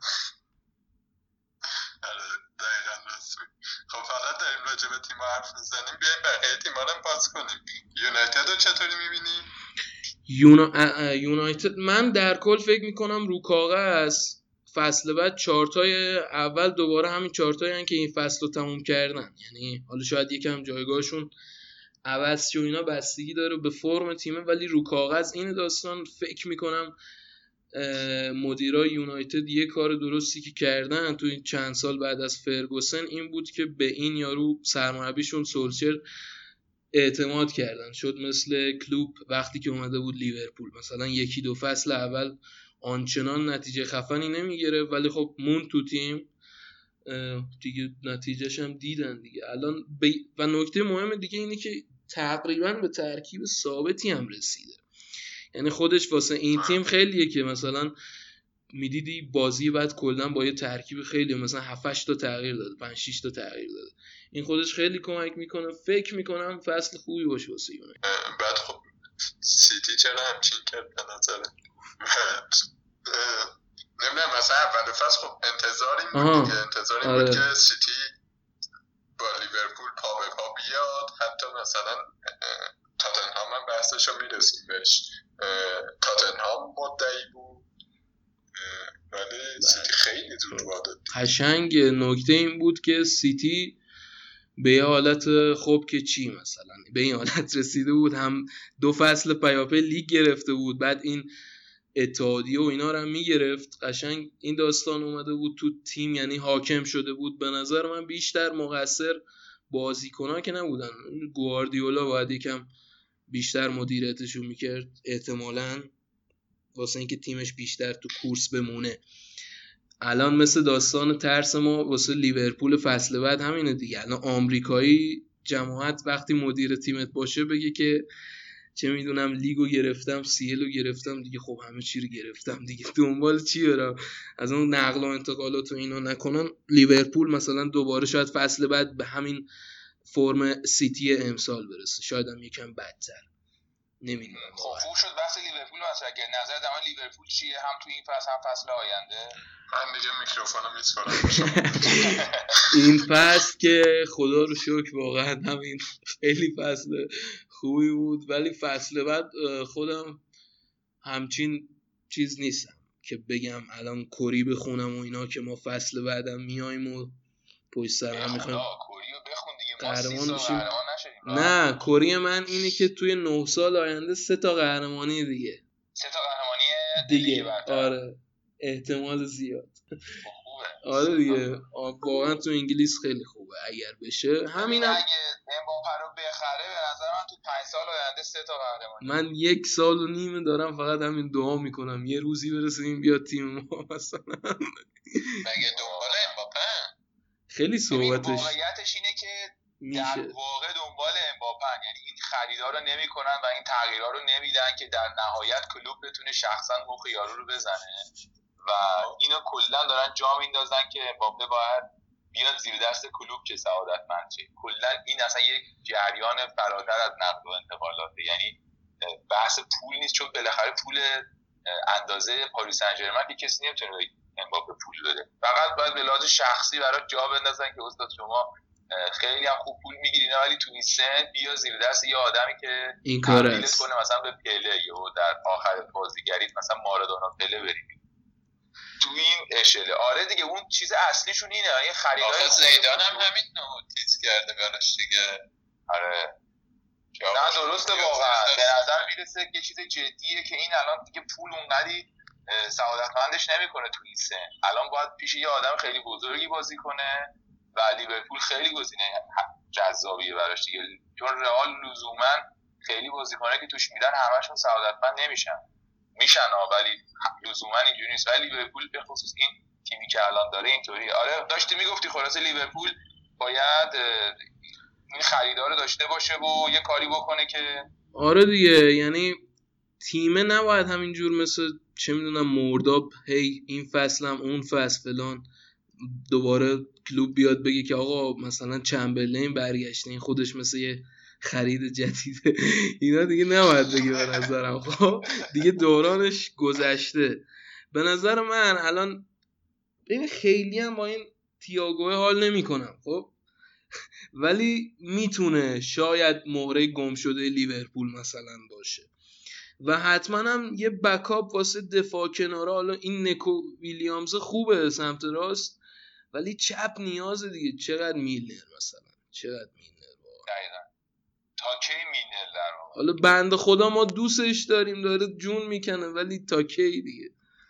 [SPEAKER 4] خب حالا داریم راجع به تیم حرف میزنیم، بیاییم بقیه تیم‌ها رو باز کنیم. یونایتد رو چطوری میبینی؟
[SPEAKER 5] یونایتد من در کل فکر میکنم رو کاغذ فصل بعد 4 تای اول دوباره همین 4 تایی هستن که این فصل رو تموم کردن، یعنی حالا شاید یکم جایگاهشون عوض شه و اینا، بستگی داره به فرم تیمه، ولی رو کاغذ این داستان فکر میکنم مدیرای یونایتد یه کار درستی که کردن تو این چند سال بعد از فرگوسن این بود که به این یارو سرمربیشون سولشر اعتماد کردن. شد مثل کلوب وقتی که اومده بود لیورپول، مثلا 1-2 فصل اول آنچنان نتیجه خفنی نمیگیره ولی خب مون تو تیم دیگه نتیجهش هم دیدن دیگه الان و نکته مهم دیگه اینه که تقریبا به ترکیب ثابتی هم رسیده، یعنی خودش واسه این تیم خیلیه که مثلا میدیدی بازی بعد کلا با یه ترکیب خیلی مثلا 7-8 تا تغییر داده، 5-6 تا تغییر داده. این خودش خیلی کمک میکنه. فکر میکنم فصل خوبی باشه واسه یونایتد.
[SPEAKER 4] بعد خب سیتی چرا همچین کرد به نظره؟ نمیدونم مثلا اول فصل خب انتظاری بود که سیتی با لیورپول پا به پا بیاد، حتی مثلا تاتنهام هم بحثشو میرسیم بهش، تاتنهام مدعی بود ولی سیتی خیلی زود واداد.
[SPEAKER 5] قشنگ نکته این بود که سیتی به یه حالت خوب که چی مثلا به این حالت رسیده بود، هم 2 فصل پیاپی لیگ گرفته بود، بعد این اتحادیه و اینا رو هم میگرفت. قشنگ این داستان اومده بود تو تیم، یعنی حاکم شده بود. به نظر من بیشتر مقصر بازیکن‌ها که نبودن، گواردیولا باید یکم بیشتر مدیریتشو میکرد احتمالاً واسه اینکه تیمش بیشتر تو کورس بمونه. الان مثل داستان ترس ما واسه لیورپول فصل بعد همینه دیگه. الان آمریکایی جماعت وقتی مدیر تیمت باشه بگه که چه میدونم لیگو گرفتم، سیلو گرفتم دیگه، خب همه چی رو گرفتم دیگه، دنبال چی برم؟ از اون نقل و انتقالات و اینا نکنن. لیورپول مثلا دوباره شاید فصل بعد به همین فرم سیتی امسال برسه، شاید هم یکم بدتر، نمیدونم.
[SPEAKER 3] خب خوب شد بحث لیورپول مطرح کرد. نظر در مورد لیورپول چیه، هم تو این فصل هم فصل آینده؟
[SPEAKER 4] من دیگه میکروفونو میسپارم.
[SPEAKER 5] این فصل که خدا رو شکر واقعا همین خیلی فصل خوبی بود، ولی فصل بعد خودم همچین چیز نیستم که بگم الان کری بخونم و اینا که ما فصل بعدم میایم و پشت سر هم میخوایم
[SPEAKER 3] کری رو بخون دیگه، ما
[SPEAKER 5] قهرمان بشیم.
[SPEAKER 3] نه
[SPEAKER 5] کری من اینه که توی 9 سال آینده 3 تا قهرمانی دیگه،
[SPEAKER 3] 3 تا قهرمانی
[SPEAKER 5] دیگه آره احتمال زیاد. آره دیگه واقعا تو انگلیس خیلی خوبه اگر بشه. همین
[SPEAKER 3] اگه امباپه رو بخره به نظر من تو 5 سال آینده 3 تا قهرمانی.
[SPEAKER 5] من 1 سال و نیم دارم فقط همین دعا میکنم یه روزی برسیم بیاد تیم ما مثلا.
[SPEAKER 4] مگه دنبال امباپه؟
[SPEAKER 5] خیلی صحبتش
[SPEAKER 3] واقعیتش اینه که در واقع دنبال امباپه، یعنی این خریدا رو نمیکنن و این تغییرها رو نمیدن که در نهایت کلوب بتونه شخصا مخ یارو رو بزنه و اینو کلا دارن جا میندازن که امباپه باید بیاد زیر دست کلوب که سعادتمند شه. کلا این اصلا یک جریان فراتر از نقل و انتقالاته، یعنی بحث پول نیست، چون بالاخره پول اندازه پاریس سن ژرمن که کسی نمیتونه امباپه پول بده، فقط باید به لحاظ شخصی برات جا بندازن که استاد شما خیلی هم خوب پول میگیرین ولی تو این سن بیا زیر دست یه آدمی که
[SPEAKER 5] این کار است
[SPEAKER 3] کنه، مثلا به پله یا در آخر بازیگریت مثلا مارادونا پله برید تو این اشله. آره دیگه اون چیز اصلیشون اینه، این خریدای
[SPEAKER 4] زیدان هم همین نوتیس کرده براش دیگه.
[SPEAKER 3] آره نه درسته واقعا به نظر میرسه یه چیز جدیه که این الان دیگه پول اونقدی سعادتمندش نمیکنه تو این سن، الان باید پیش یه آدم خیلی بزرگی بازی کنه و لیورپول خیلی گزینه جذابیه براش دیگه، چون رئال لزوما خیلی بازیکنه که توش میرن همشون سعادتمند نمیشن، ولی لزوما اینجوری نیست. ولی لیورپول به خصوص این تیمی که الان داره اینطوری. آره داشتی میگفتی خلاصه لیورپول باید این خریدار رو داشته باشه و یه کاری بکنه که
[SPEAKER 5] آره دیگه، یعنی تیمه نباید همینجور مثل چه میدونم مرداب هی این فصلم اون فصل فلان دوباره کلوب بیاد بگه که آقا مثلا چمبرلین برگشته این خودش مثل یه خرید جدیده. اینا دیگه نباید بگه به نظرم. خب دیگه دورانش گذشته. به نظر من الان این خیلی هم با این تییاگو حال نمی کنم خب، ولی میتونه شاید مهره گم شده لیورپول مثلا باشه و حتما هم یه بکاپ واسه دفاع کناره. حالا این نکو ویلیامز خوبه سمت راست ولی چپ نیازه دیگه. چقدر میلنر مثلا، چقدر میلنر
[SPEAKER 3] دقیقاً تا کی میلنر در واقع.
[SPEAKER 5] حالا بنده خدا ما دوستش داریم داره جون میکنه ولی تا کی دیگه.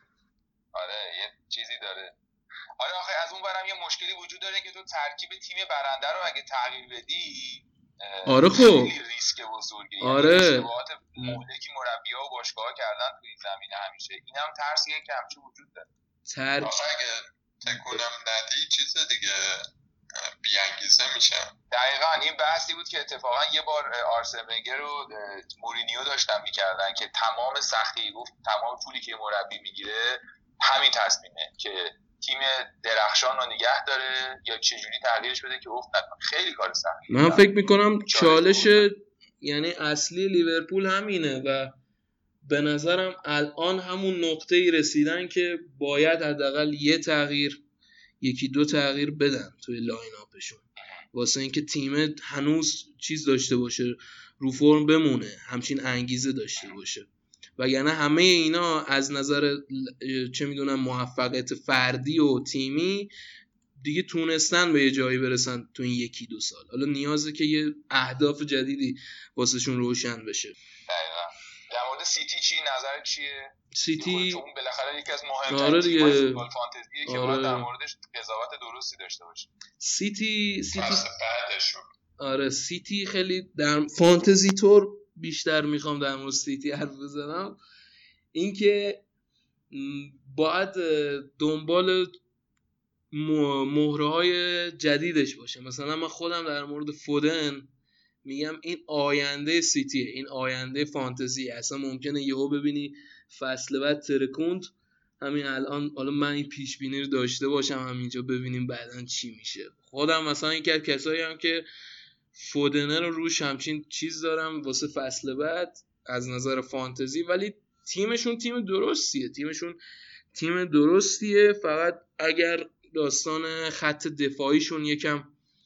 [SPEAKER 3] آره یه چیزی داره. آره آخه از اون برم یه مشکلی وجود داره که تو ترکیب تیم برنده رو اگه تغییر بدی
[SPEAKER 5] آره خب
[SPEAKER 3] خیلی ریسک بزرگه.
[SPEAKER 5] آره
[SPEAKER 3] اشتباهات مهلکی مربی‌ها و باشگاه‌ها کردن تو این زمینه همیشه. اینم ترسیه که همچین وجود داره.
[SPEAKER 4] آخه اگه تکونم ندی چیز دیگه بیانگیزه میشن.
[SPEAKER 3] دقیقاً این بحثی بود که اتفاقا یه بار آرسن ونگر رو مورینیو داشتن می‌کردن که تمام سختی گفت تمام پولی که مربی میگیره همین تصمیمه که تیم درخشان رو نگه داره یا چجوری تغییرش بده که افت نکنه. خیلی کار سختی.
[SPEAKER 5] من فکر میکنم چالش یعنی اصلی لیورپول همینه و به نظرم الان همون نقطه‌ای رسیدن که باید حداقل یه تغییر یکی دو تغییر بدن توی لاین اپشون واسه اینکه تیم هنوز چیز داشته باشه، رو فرم بمونه، همچین انگیزه داشته باشه. وگرنه همه اینا از نظر چه میدونم موفقیت فردی و تیمی دیگه تونستن به یه جایی برسن تو این یکی دو سال. حالا نیازه که یه اهداف جدیدی واسه شون روشن بشه.
[SPEAKER 3] دقیقاً. در مورد سیتی چی نظرت چیه؟
[SPEAKER 5] سیتی
[SPEAKER 3] چون بالاخره یکی از مهمترین تیم‌های فوتبال فانتزیه که باید در موردش قضاوت درستی داشته باشه.
[SPEAKER 5] سیتی
[SPEAKER 4] بعدش
[SPEAKER 5] آره سیتی خیلی در فانتزی تور بیشتر میخوام در مورد سیتی حرف بزنم. اینکه باید دنبال مهره‌های جدیدش باشه. مثلا من خودم در مورد فودن میگم این آینده سیتیه، این آینده فانتزیه. اصلا ممکنه یهو ببینی فصل بعد ترکوند همین الان، حالا من این پیش بینی رو داشته باشم همینجا ببینیم بعدن چی میشه. خودم مثلا این کسایی هم که فودنه رو روش همچین چیز دارم واسه فصل بعد از نظر فانتزی، ولی تیمشون تیم درستیه. فقط اگر داستان خط دفاعیشون یکم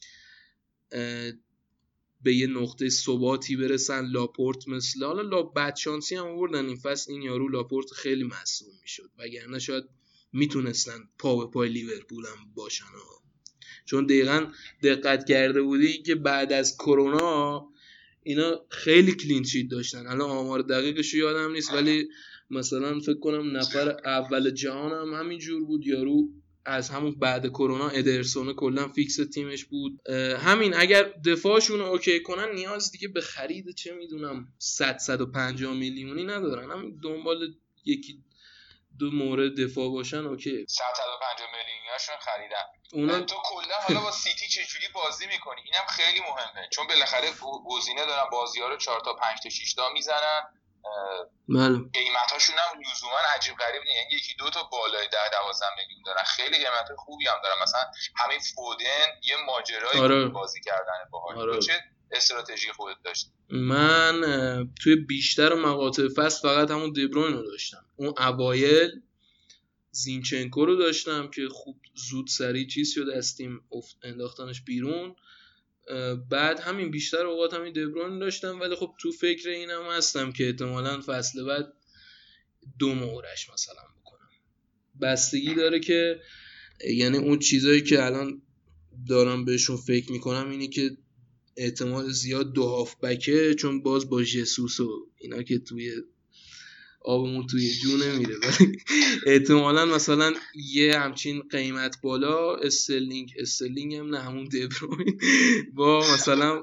[SPEAKER 5] به یه نقطه ثباتی برسن، لاپورت مثل حالا بدشانسی هم آوردن این فصل این یارو لاپورت خیلی مصدوم میشد، وگرنه شاید میتونستن پا به پای لیورپول هم باشن چون دقیقاً دقت کرده بودی که بعد از کرونا اینا خیلی کلین شیت داشتن. الان آمار دقیقش رو یادم نیست ولی مثلا فکر کنم نفر اول جهان هم همین جور بود یارو، از همون بعد کرونا ادرسون کلا فیکس تیمش بود. همین اگر دفاعشون رو اوکی کنن نیاز دیگه به خرید چه میدونم 150 میلیونی ندارن، همین دنبال یکی دو مورد دفاع باشن اوکی.
[SPEAKER 3] 150 میلیونیاشون خریدن.
[SPEAKER 5] اونا
[SPEAKER 3] تو کلا حالا با سیتی چجوری بازی میکنی اینم خیلی مهمه، چون بالاخره گزینه دارن بازی‌ها رو 4 تا 5 تا 6 تا میزنن.
[SPEAKER 5] بله.
[SPEAKER 3] قیمتاشون هم لزوما عجیب غریب نیست، یعنی یکی دو تا بالای 10-12 میلیون دارن، خیلی قیمت خوبی هم دارن. مثلا همین فودن یه ماجرایی بازی کردن باهاش. چه استراتژی خودت داشت؟
[SPEAKER 5] من توی بیشتر مقاطع فصل فقط همون دبروین رو داشتم. اون اوایل زینچنکو رو داشتم که خوب زود سریع چیز شد از تیم انداختنش بیرون. بعد همین بیشتر اوقات همین دبروین داشتم، ولی خب تو فکر اینم هستم که احتمالاً فصل بعد 2 مهرش مثلا بکنم. بستگی داره که یعنی اون چیزایی که الان دارم بهشون فکر میکنم اینی که احتمال زیاد 2 هافبکه، چون باز با ژسوس و اینا که توی آبمون توی جو نمیره، ولی احتمالاً مثلا یه همچین قیمت بالا استرلینگ هم نه همون دبروین با مثلا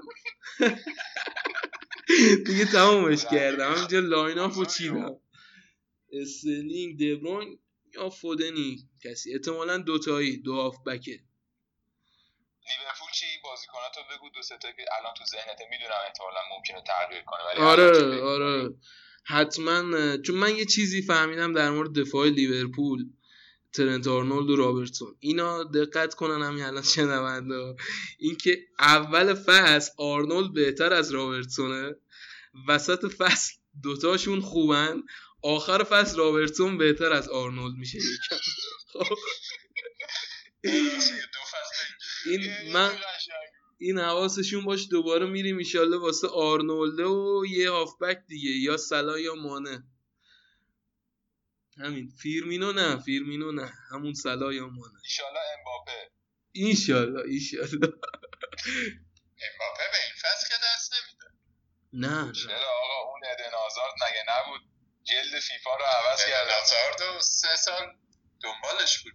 [SPEAKER 5] دیگه تمامش کردم همینجا لاین آف رو چیدم، استرلینگ دبروین یا فودنی کسی، احتمالاً 2 تایی 2 هافبکه.
[SPEAKER 3] لیورپول چی بازیکناتو بگو 2-3 تا که الان تو ذهنته، میدونم احتمالاً ممکنه تغییر کنه ولی
[SPEAKER 5] آره حتما، چون من یه چیزی فهمیدم در مورد دفاع لیورپول، ترنت آرنولد و رابرتسون، اینا دقت کنن همین الان شنونده، این که اول فصل آرنولد بهتر از رابرتسونه، وسط فصل دوتاشون خوبن، آخر فصل رابرتسون بهتر از آرنولد میشه یکم. این حواسشون باش دوباره میریم ایشالله واسه آرنولد و یه هافبک دیگه، یا سلا یا مانه. همین فیرمینو نه همون سلا یا مانه.
[SPEAKER 3] ایشالله امباپه.
[SPEAKER 5] ایشالله
[SPEAKER 4] امباپه به این فصل که دست نمیده.
[SPEAKER 5] نه
[SPEAKER 3] چرا آقا، اون ادن هازارد مگه نبود جلد فیفا رو عوض کرد؟
[SPEAKER 4] ادن هازارد 3 سال دنبالش بود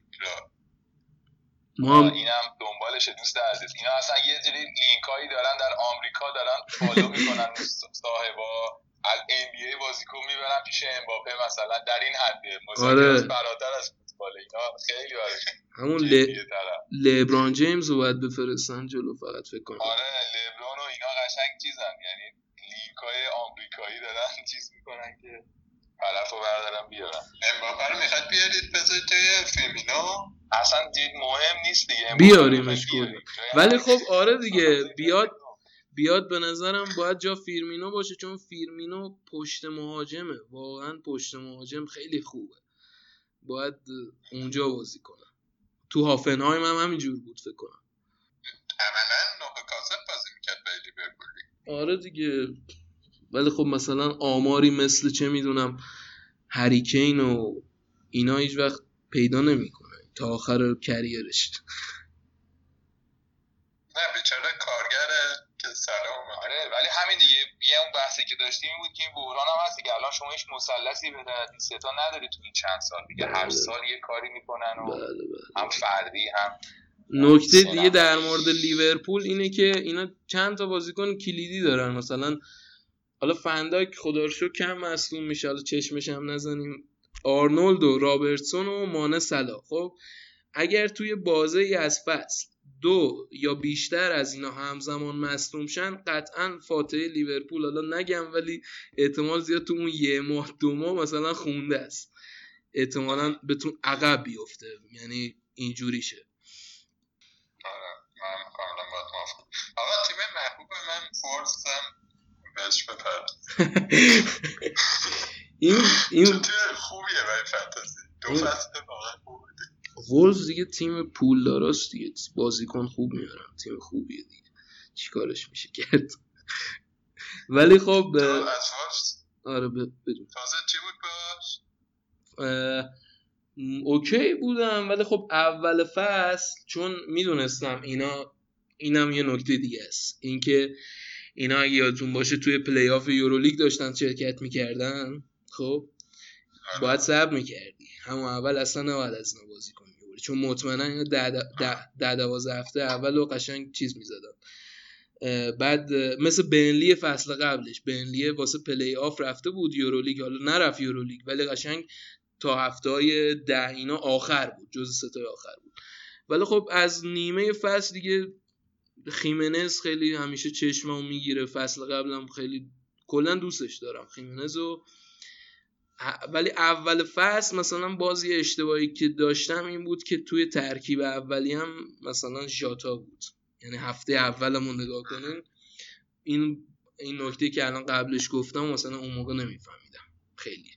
[SPEAKER 5] ما
[SPEAKER 3] اینم دنبالشه دوست عزیز. اینا اصلا یه جوری لینکایی دارن در آمریکا دارن فالو میکنن صاحبا از ام بی ای بازیکن میبرن پیش امباپه مثلا، در این حده مذاکرات فراتر از فوتبال. اینا خیلی
[SPEAKER 5] همون لبران جیمز رو باید بفرستن جلو فقط فکر کنم.
[SPEAKER 3] آره لبران و اینا قشنگ چیزن، یعنی لینکای آمریکایی دارن چیز میکنن که طرفو بردارن بیارن.
[SPEAKER 4] امباپه رو میخواد بیارید بذارید توی فیرمینو،
[SPEAKER 3] اصلا دید مهم نیست دیگه،
[SPEAKER 5] بیاریمش کنه. ولی خب آره دیگه بیاد به نظرم باید جا فیرمینو باشه، چون فیرمینو پشت مهاجمه، واقعا پشت مهاجم خیلی خوبه، باید اونجا بازی کنه. تو هافنهایم هم همینجور بود فکر کنم،
[SPEAKER 4] عملا نوکاسل بازی میکرد به لیورپول.
[SPEAKER 5] آره دیگه. ولی خب مثلا آماری مثل چه میدونم هری کین و اینا هیچ وقت پیدا نمیکنه تا آخر کریرش.
[SPEAKER 4] نه بیچاره کارگره که سلام.
[SPEAKER 3] آره ولی همین دیگه، یه اون بحثی که داشتیم این بود که این بحران هم هست دیگه. الان شما هیچ مثلثی به در این سه تا نداری تو این چند سال دیگه، هر سال یه کاری میکنن و هم فردی هم.
[SPEAKER 5] نکته دیگه در مورد لیورپول اینه که اینا چند تا بازیکن کلیدی دارن، مثلا حالا فنداک خدا رو شکر کم مصدوم میشه، حالا چشمش هم نزنیم، آرنولد و رابرتسون و مانه سلا. خب اگر توی بازی از فصل 2 یا بیشتر از اینا همزمان مصدوم شن قطعا فاتحه لیورپول حالا نگم ولی احتمال زیاد تو اون 1 ماه 2 ماه مثلا خونده است، احتمالاً بتون عقب بیفته، یعنی اینجوریشه.
[SPEAKER 4] من کاملا باید موافقم. آقا تیم محبوب من فورسم بهش بپرد. این توی خوبیه برای فانتزی. 2 فصل واقعا خوبه.
[SPEAKER 5] وولز دیگه تیم پولداراست دیگه، بازیکن خوب میارن، تیم خوبیه دیگه، چیکارش میشه کرد. ولی خب آره بدون
[SPEAKER 4] تازه چی بود باش؟
[SPEAKER 5] اوکی بودم، ولی خب اول فصل چون میدونستم اینم یه نکته دیگه است، اینکه اینا اگه یادتون باشه توی پلی آف یورولیگ داشتن شرکت میکردن، خب باید صبر میکردی، همون اول اصلا نباید از اینا بازی کنی، چون مطمئنا اینا 10-12 هفته اول رو قشنگ چیز میزدن. بعد مثل بنلی فصل قبلش، بنلی واسه پلی آف رفته بود یورولیگ، حالا نرفت یورولیگ ولی قشنگ تا هفته‌های 10 اینا آخر بود، جز 3 تا آخر بود. ولی خب از نیمه فصل دیگه خیمنز خیلی همیشه چشممو میگیره، فصل قبلم خیلی کلا دوستش دارم خیمنزو، ولی اول فصل مثلا بازی اشتباهی که داشتم این بود که توی ترکیب اولی هم مثلا ژاتا بود، یعنی هفته اولمون نگاه کنین این نکته که الان قبلش گفتم مثلا اون موقع نمیفهمیدم خیلی،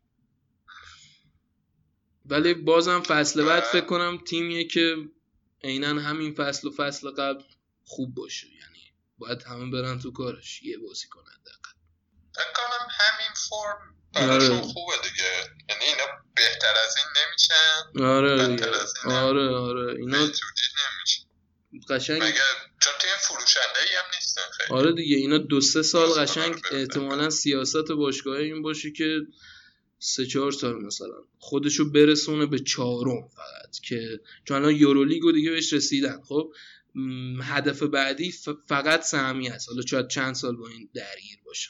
[SPEAKER 5] ولی بازم فصل بعد فکر کنم تیمیه که عیناً همین فصل و فصل قبل خوب باشه، یعنی باید همه برن تو کارش، یه بازی کنن دقیقا.
[SPEAKER 4] فکر کنم همین فرم براشون خوبه دیگه، یعنی اینا بهتر از این نمیشن.
[SPEAKER 5] آره اینا
[SPEAKER 4] زودی نمیشه
[SPEAKER 5] قشنگ،
[SPEAKER 4] مگه چون تیم فروشنده‌ای هم نیستن خیلی.
[SPEAKER 5] آره دیگه اینا 2-3 سال قشنگ احتمالاً سیاست باشگاه این باشه که 3-4 سال مثلا خودشو برسونه به 4م فقط، که چون الان یورولیگو دیگه بهش رسیدن، خب هدف بعدی فقط سهمیه است، حالا شاید چند سال با این درگیر باشه.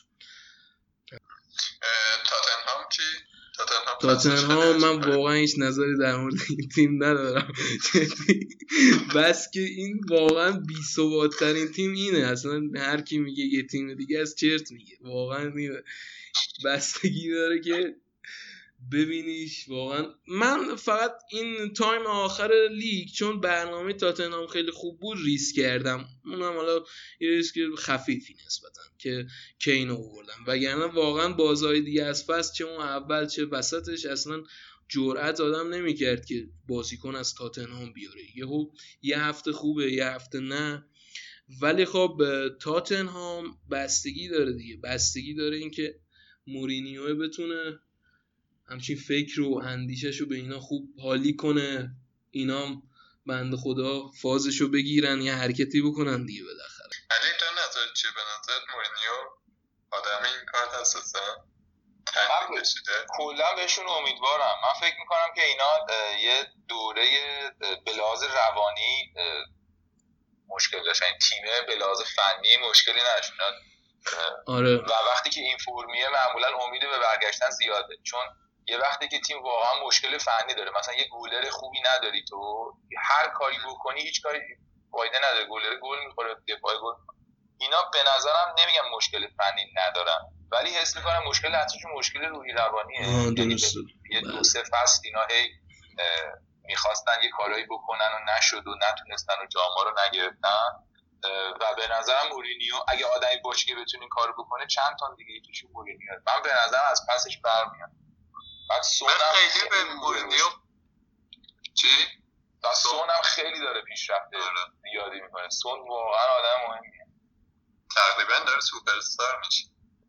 [SPEAKER 4] تاتنهام چی؟
[SPEAKER 5] تاتنهام من واقعا هیچ نظری در مورد این تیم ندارم بس که این واقعا بی‌ثبات‌ترین تیم اینه، اصلا هر کی میگه یه تیم دیگه از چرت میگه، واقعا اینه، بستگی داره که ببینیش. واقعا من فقط این تایم آخر لیگ چون برنامه تاتنهام خیلی خوب بود ریسک کردم، اونم حالا یه ریسک خفیفی نسبتا که کین آوردم، وگرنه واقعا بازهای دیگه از فصل چه اون اول چه وسطش اصلا جرأت آدم نمیکرد که بازیکن از تاتنهام بیاره، یه هفته خوبه یه هفته نه. ولی خب تاتنهام بستگی داره دیگه، بستگی داره اینکه مورینیو بتونه همچین فکر و اندیشه‌شو به اینا خوب حالی کنه، اینا بنده خدا فازشو بگیرن یا حرکتی بکنن دیگه بالاخره.
[SPEAKER 4] علی تو نظر چیه؟ به نظر مورینیو آدم این کار هستن؟
[SPEAKER 3] من کلا بهشون امیدوارم. من فکر میکنم که اینا یه دوره به لحاظ روانی مشکل داشتن، تیمه به لحاظ فنی مشکلی نداشتن.
[SPEAKER 5] آره.
[SPEAKER 3] و وقتی که این فرمیه معمولا امید به برگشتن زیاده، چون یه وقتی که تیم واقعا مشکل فنی داره، مثلا یه گولر خوبی نداری، تو هر کاری بکنی هیچ کاری فایده نداره، گولر گل میخوره، دفاع گل، اینا به نظرم نمیگم مشکل فنی ندارن ولی حس میکنم مشکل اصلیشون مشکل روحی روانیه. یعنی یه 2-3 فصل اینا هی میخواستن یه کارایی بکنن و نشد و نتونستن و جام رو نگرفتن و به نظرم مورینیو اگه آدمی باشه که بتونه این کارو بکنه چند تا دیگه یکیشون مورینیو، من به نظرم از پسش برمیاد. بعد سون هم
[SPEAKER 4] خیلی به مورینیو چی؟
[SPEAKER 3] سون هم خیلی داره پیشرفت زیادی میکنه، سون واقعا آدم مهمیه،
[SPEAKER 4] تقریبا داره سوپر استار میشه.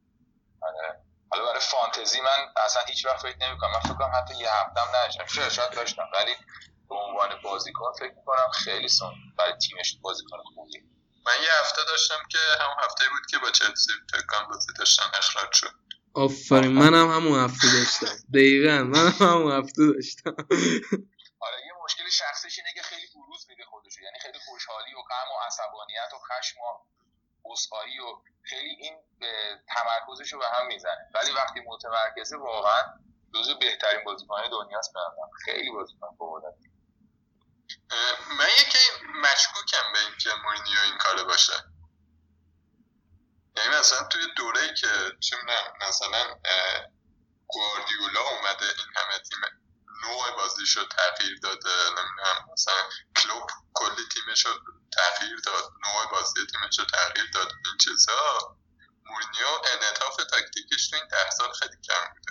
[SPEAKER 3] حالا برای فانتزی من اصلا هیچ وقت فکر نمی‌کنم، من فکر کنم حتی یه هفته‌ام نداشتم، شاید داشتم، ولی به عنوان بازیکن فکر می‌کنم خیلی سون برای تیمش بازیکن خوبیه.
[SPEAKER 4] من یه هفته داشتم که همون هفته بود که با چلسی فکر کنم بازی داشتن اخراج شد.
[SPEAKER 5] آفرین، منم همون هفته داشتم. دقیقاً منم همون هفته داشتم.
[SPEAKER 3] آره یه مشکل شخصیش اینه که خیلی بروز میده خودشو، یعنی خیلی خوشحالی و غم و عصبانیت و خشم و عصبانی و خیلی این تمرکزشو به هم میزنه، ولی وقتی متمرکزه واقعا جزو بهترین بازیکن‌های دنیاست. خیلی بازیکن فوق‌العاده.
[SPEAKER 4] من یکی مشکوکم به اینکه مورینیو این کاره باشه. یعنی مثلا توی دوره‌ای که چه می‌دونم مثلا گواردیولا اومده این همه تیم نوع بازیشو تغییر داده، نمیدونم مثلا کلوب کلی تیمشو تغییر داد، نوع بازی تیمشو تغییر داد، این چیزا مورینیو انعطاف تاکتیکش تو این 10 سال خیلی کم بوده.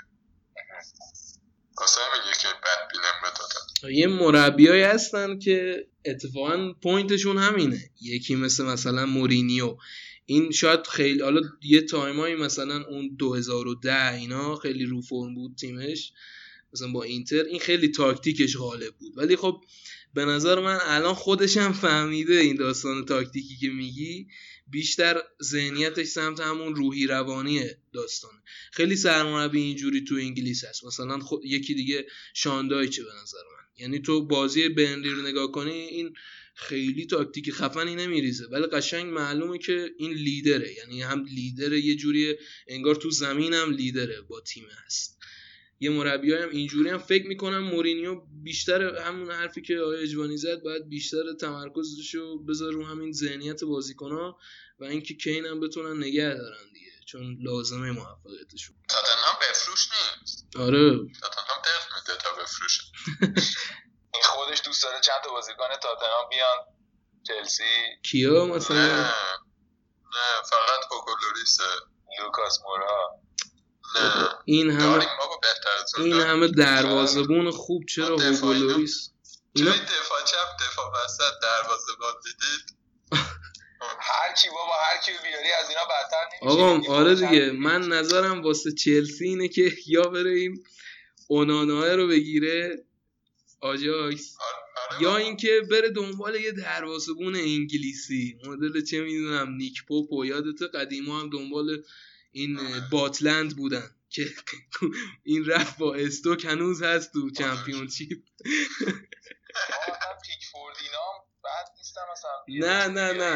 [SPEAKER 4] واسه همین یکی بد بینم بدادن.
[SPEAKER 5] یه مربیایی هستن که اتفاقا پوینتشون همینه، یکی مثلا مورینیو، این شاید خیلی حالا یه تایمایی مثلا اون 2010 اینا خیلی رو فرم بود تیمش مثلا با اینتر، این خیلی تاکتیکش غالب بود، ولی خب به نظر من الان خودش هم فهمیده این داستان تاکتیکی که میگی بیشتر ذهنیتش سمت همون روحی روانی داستانه. خیلی سرمربی اینجوری تو انگلیس هست، مثلا یکی دیگه شاندایچه به نظر من، یعنی تو بازی بنلی رو نگاه کنی این خیلی تاکتیکی خفنی نمیریزه ولی قشنگ معلومه که این لیدره، یعنی هم لیدره یه جوری انگار تو زمین هم لیدره با تیم هست. یه مربیای هم اینجوری هم فکر میکنم مورینیو بیشتر همون حرفی که آقای اجوانی زد، باید بیشتر تمرکزشو بذاره رو همین ذهنیت بازیکن‌ها و اینکه کین هم بتونن نگه دارن دیگه، چون لازمه موفقیتشون.
[SPEAKER 4] تاتنهام بفروش نیست.
[SPEAKER 5] آره
[SPEAKER 4] تاتنهام دست میده تا بفروشه.
[SPEAKER 3] این خودش دوست داره چند تا بازیکن تاتنهام بیان چلسی.
[SPEAKER 5] کیا مثلا؟
[SPEAKER 4] نه فقط اوگولوریسه،
[SPEAKER 3] لوکاس مورا.
[SPEAKER 4] نه
[SPEAKER 5] این همه دروازه‌بون خوب، چرا اوگولوریس؟
[SPEAKER 4] اینا دفاع چپ دفاع وسط دروازه‌بان دیدید؟
[SPEAKER 3] هر کی بیاری از اینا بدتر
[SPEAKER 5] آقا
[SPEAKER 3] نمیشه.
[SPEAKER 5] آره دیگه، من نظرم واسه چلسی اینه که یا بره این اونانا رو بگیره آجاکس، یا اینکه بره دنبال یه دروازه‌بون انگلیسی مدل چه میدونم نیک پاپ و یادت قدیما هم دنبال این باتلند بودن که این رفت با استوک هنوز هست تو چمپیونشیپ.
[SPEAKER 3] پیکفورد اینام بعد نیستم مثلا.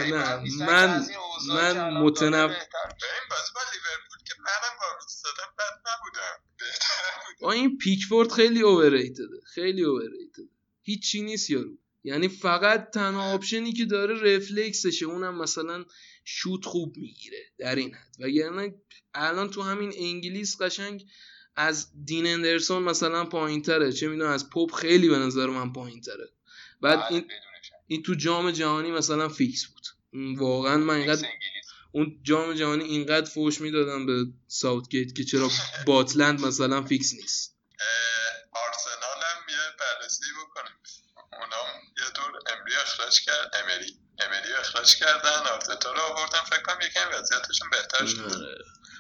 [SPEAKER 5] نه من متنفر
[SPEAKER 4] این بازی با لیورپول که منم وامیز دادم بد نبودم، بهتر بود.
[SPEAKER 5] این پیکفورد خیلی اوورریتد، هیچی نیست یارو، یعنی فقط تنها آپشنی که داره رفلکسشه، اونم مثلا شوت خوب میگیره در این حد، وگرنه الان تو همین انگلیس قشنگ از دین اندرسون مثلا پایین‌تره، چه میدونم از پاپ خیلی به نظر من پایین‌تره. بعد این تو جام جهانی مثلا فیکس بود، واقعا من اینقدر اون جام جهانی اینقدر فوش میدادم به ساوتگیت که چرا باتلند مثلا فیکس نیست.
[SPEAKER 4] آرسنال هم یه بررسی بکنیم، اونام یه دور امری اخراج کردن، آرتتا رو آوردن، فکر کنم یکم وضعیتشون بهتر شده.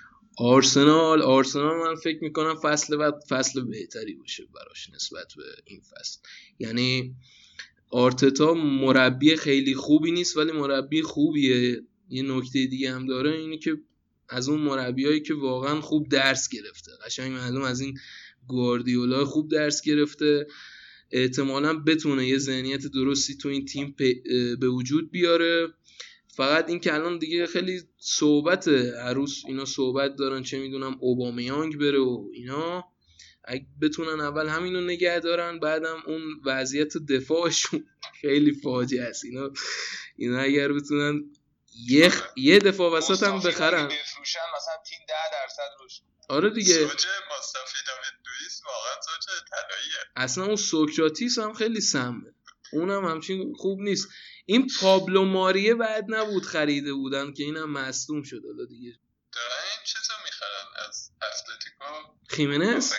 [SPEAKER 5] آرسنال من فکر میکنم فصل بعد فصل بهتری باشه براش نسبت به این فصل، یعنی آرتتا مربی خیلی خوبی نیست ولی مربی خوبیه. یه نکته دیگه هم داره اینه که از اون مربیایی که واقعا خوب درس گرفته، قشنگ معلوم از این گواردیولا خوب درس گرفته، احتمالاً بتونه یه ذهنیت درستی تو این تیم به وجود بیاره. فقط این که الان دیگه خیلی صحبت عروس اینا صحبت دارن، چه میدونم اوبامیانگ بره و اینا، اگه بتونن اول همینو نگه دارن بعدم اون وضعیت دفاعشون خیلی فاجعه است. اینا اگر بتونن یه دفاع وسط هم بخرن
[SPEAKER 3] بفروشن مثلا تیم 10% روش.
[SPEAKER 5] آره دیگه
[SPEAKER 4] زوج مصطفی داوید لوئیس واقعا زوج طلاییه.
[SPEAKER 5] اصلا اون سوکراتیس هم خیلی سمه، اونم همچین خوب نیست. این پابلو ماریه بعد نبود خریده بودن که اینم مصدوم شد. حالا دیگه
[SPEAKER 4] دارن این چیزو میخرن از اتلتیکو،
[SPEAKER 5] خیمنز.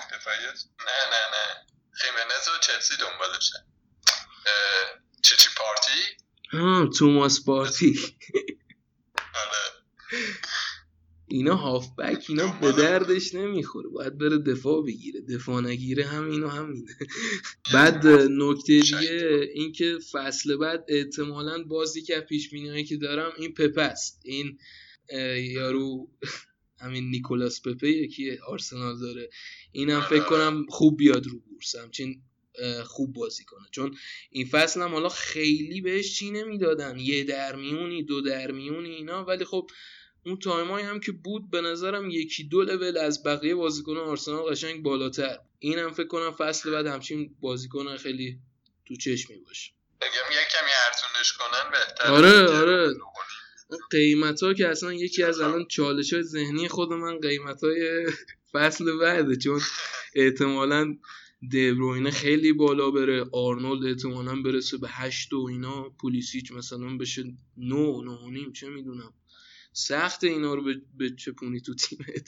[SPEAKER 4] نه خیمنز و چلسی دنبالشه. چی پارتی؟
[SPEAKER 5] توماس پارتی.
[SPEAKER 4] آره
[SPEAKER 5] اینا هافبک اینا به دردش نمیخوره، باید بره دفاع بگیره، دفاع نگیره همینه. بعد نکته دیگه این که فصل بعد احتمالاً بازی که پیش‌بینیایی که دارم این پپه است، این یارو همین نیکولاس پپه یکی آرسنال داره، اینم فکر کنم خوب بیاد رو بورس، همچین خوب بازی کنه، چون این فصل هم حالا خیلی بهش چی نمیدادن، 1 درمیونی 2 درمیونی اینا، ولی خب اون تایمایی هم که بود به نظرم 1-2 لول از بقیه بازیکنان آرسنال قشنگ بالاتر. اینم فکر کنم فصل بعد همچین بازیکن خیلی تو چشمی باشه.
[SPEAKER 4] بگم یک کمی ارزونه ترجمهش کنن بهتره.
[SPEAKER 5] آره قیمتا که اصلا یکی از الان چالش‌های ذهنی خود من قیمتای فصل بعده، چون احتمالاً دیبروینه خیلی بالا بره، آرنولد احتمالاً برسه به 8 و اینا، پولیسیچ مثلا بشه 9.5 چه میدونم. سخت اینا رو به چپونی تو تیمت.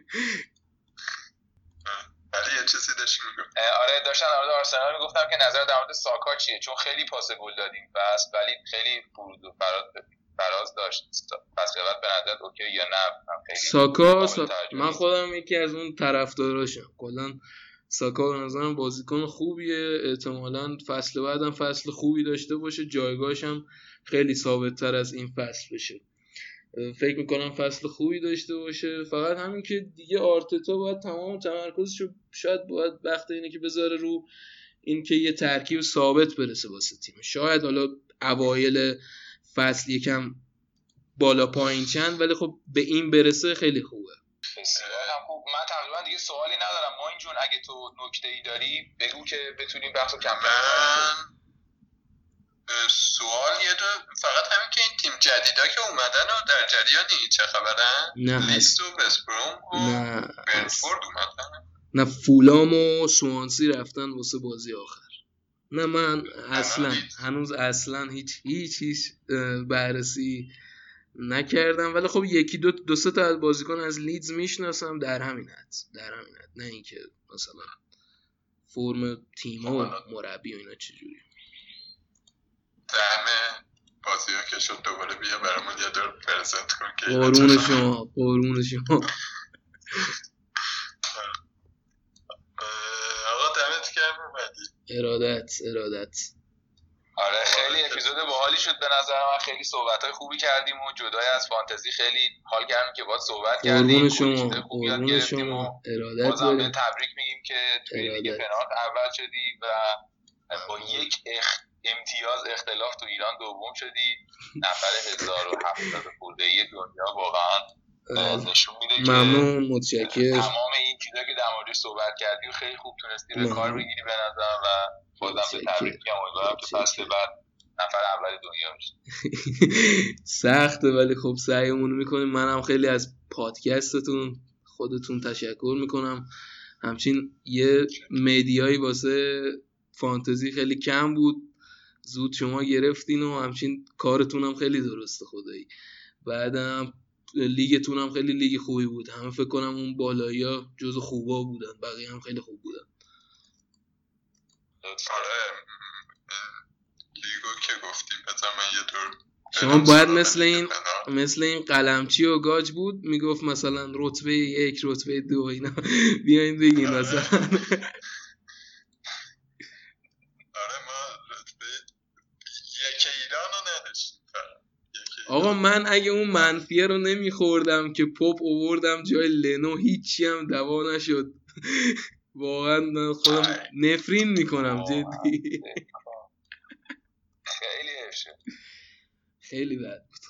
[SPEAKER 4] ولی یه چیزی داشتیم میگم.
[SPEAKER 3] آره داشتن در مورد آرسنال میگفتم که نظر در مورد ساکا چیه، چون خیلی پاس گل دادیم بس ولی خیلی فرود و فراز داشت. پس بعد به نظر اوکی یا نه؟ خیلی
[SPEAKER 5] ساکا من خودم یکی از اون طرفداراشم. کلا ساکا به نظرم بازیکن خوبیه، احتمالاً فصل بعدم فصل خوبی داشته باشه، جایگاهش هم خیلی ثابت‌تر از این فصل بشه. فکر میکنم فصل خوبی داشته باشه. فقط همین که دیگه آرتتا باید تمام تمرکزشو شاید باید وقت اینه که بذاره رو این که یه ترکیب ثابت برسه واسه تیم. شاید حالا اوایل فصل یکم بالا پایین چند، ولی خب به این برسه خیلی خوبه.
[SPEAKER 3] بسیار هم خوب. من تقریبا دیگه سوالی ندارم. ما اینجون اگه تو نکته‌ای داری بگو که بتونیم بحثو کم کنیم.
[SPEAKER 4] سوال یه دو فقط همین که این تیم جدیدا که اومدن و در جریانی چه خبرن؟
[SPEAKER 5] نه
[SPEAKER 4] لیست و وستبروم و برنفورد اومدن.
[SPEAKER 5] نه فولام و سوانسی رفتن واسه بازی آخر. نه من هنوز اصلا هیچ بررسی نکردم، ولی خب یکی دو سه تا از بازیکن از لیدز میشناسم در همین حد. نه اینکه مثلا فرم تیم و مربی و اینا چجوری.
[SPEAKER 4] همه بازی ها که شد دوباره بیا برامون یه دور پرزنت کن که
[SPEAKER 5] قربون شما
[SPEAKER 4] آقا دمت گرم اومدی.
[SPEAKER 5] ارادت.
[SPEAKER 3] آره خیلی اپیزود باحالی شد به نظر من. خیلی صحبت‌های خوبی کردیم و جدای از فانتزی خیلی حال کردیم که باهات صحبت کردیم.
[SPEAKER 5] قربون شما. ارادت
[SPEAKER 3] بازم به تبریک میگیم که توی لیگ پنارت اول شدی و با یک امتیاز اختلاف تو ایران دوم شدی. نفر 1070 خورده‌ای دنیا واقعا نشون میده که
[SPEAKER 5] ممنون، متشکرم.
[SPEAKER 3] تمام این چیزا که در موردش صحبت کردی و خیلی خوب تونستی به کار بگیری به نظر و بازم به تبریک میگم. امیدوارم که فصل بعد نفر اول دنیا بشی.
[SPEAKER 5] سخته ولی خب سعیمون میکنیم. منم خیلی از پادکستتون خودتون تشکر میکنم. همچین یه مدیایی واسه فانتزی خیلی کم بود، زود شما گرفتین و همچین کارتون هم خیلی درسته خدایی. بعدم لیگتون هم خیلی لیگ خوبی بود. همه فکر کنم اون بالایی‌ها جزو خوبا بودن، بقیه هم خیلی خوب بودن.
[SPEAKER 4] آره لیگو که گفتیم بذار من یه دور
[SPEAKER 5] شما باید مثل این قلمچی و گاج بود میگفت مثلا رتبه 1 رتبه 2 اینا بیاین بگین مثلا.
[SPEAKER 4] آره ما رتبه 1 ایرانو نداشتیم.
[SPEAKER 5] آقا من اگه اون منفیه رو نمیخوردم که پاپ اووردم جای لنو هیچی هم دوا نشد. واقعا من خودم نفرین میکنم جدی. خیلی بد بود.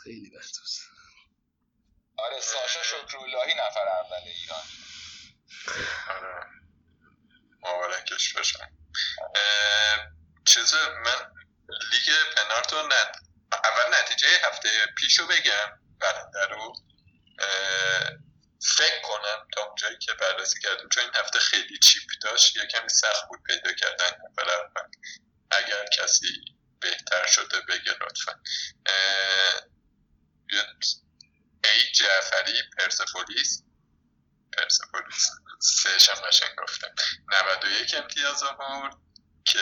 [SPEAKER 3] آره ساشا شکراللهی نفر اول ایران.
[SPEAKER 4] آره مبارکش باشم. من لیگ پنارتو اول نتیجه هفته پیشو بگم برنده رو فکر کنم تا اونجایی که بررسی کردیم، چون این هفته خیلی چیپ داشت یه کمی سخت بود پیدا کردن نفر اول. اگر کسی بهتر شده بگه لطفا. ای جعفری پرسپولیس سهش هم قشنگ گفتم 91 امتیاز آورد که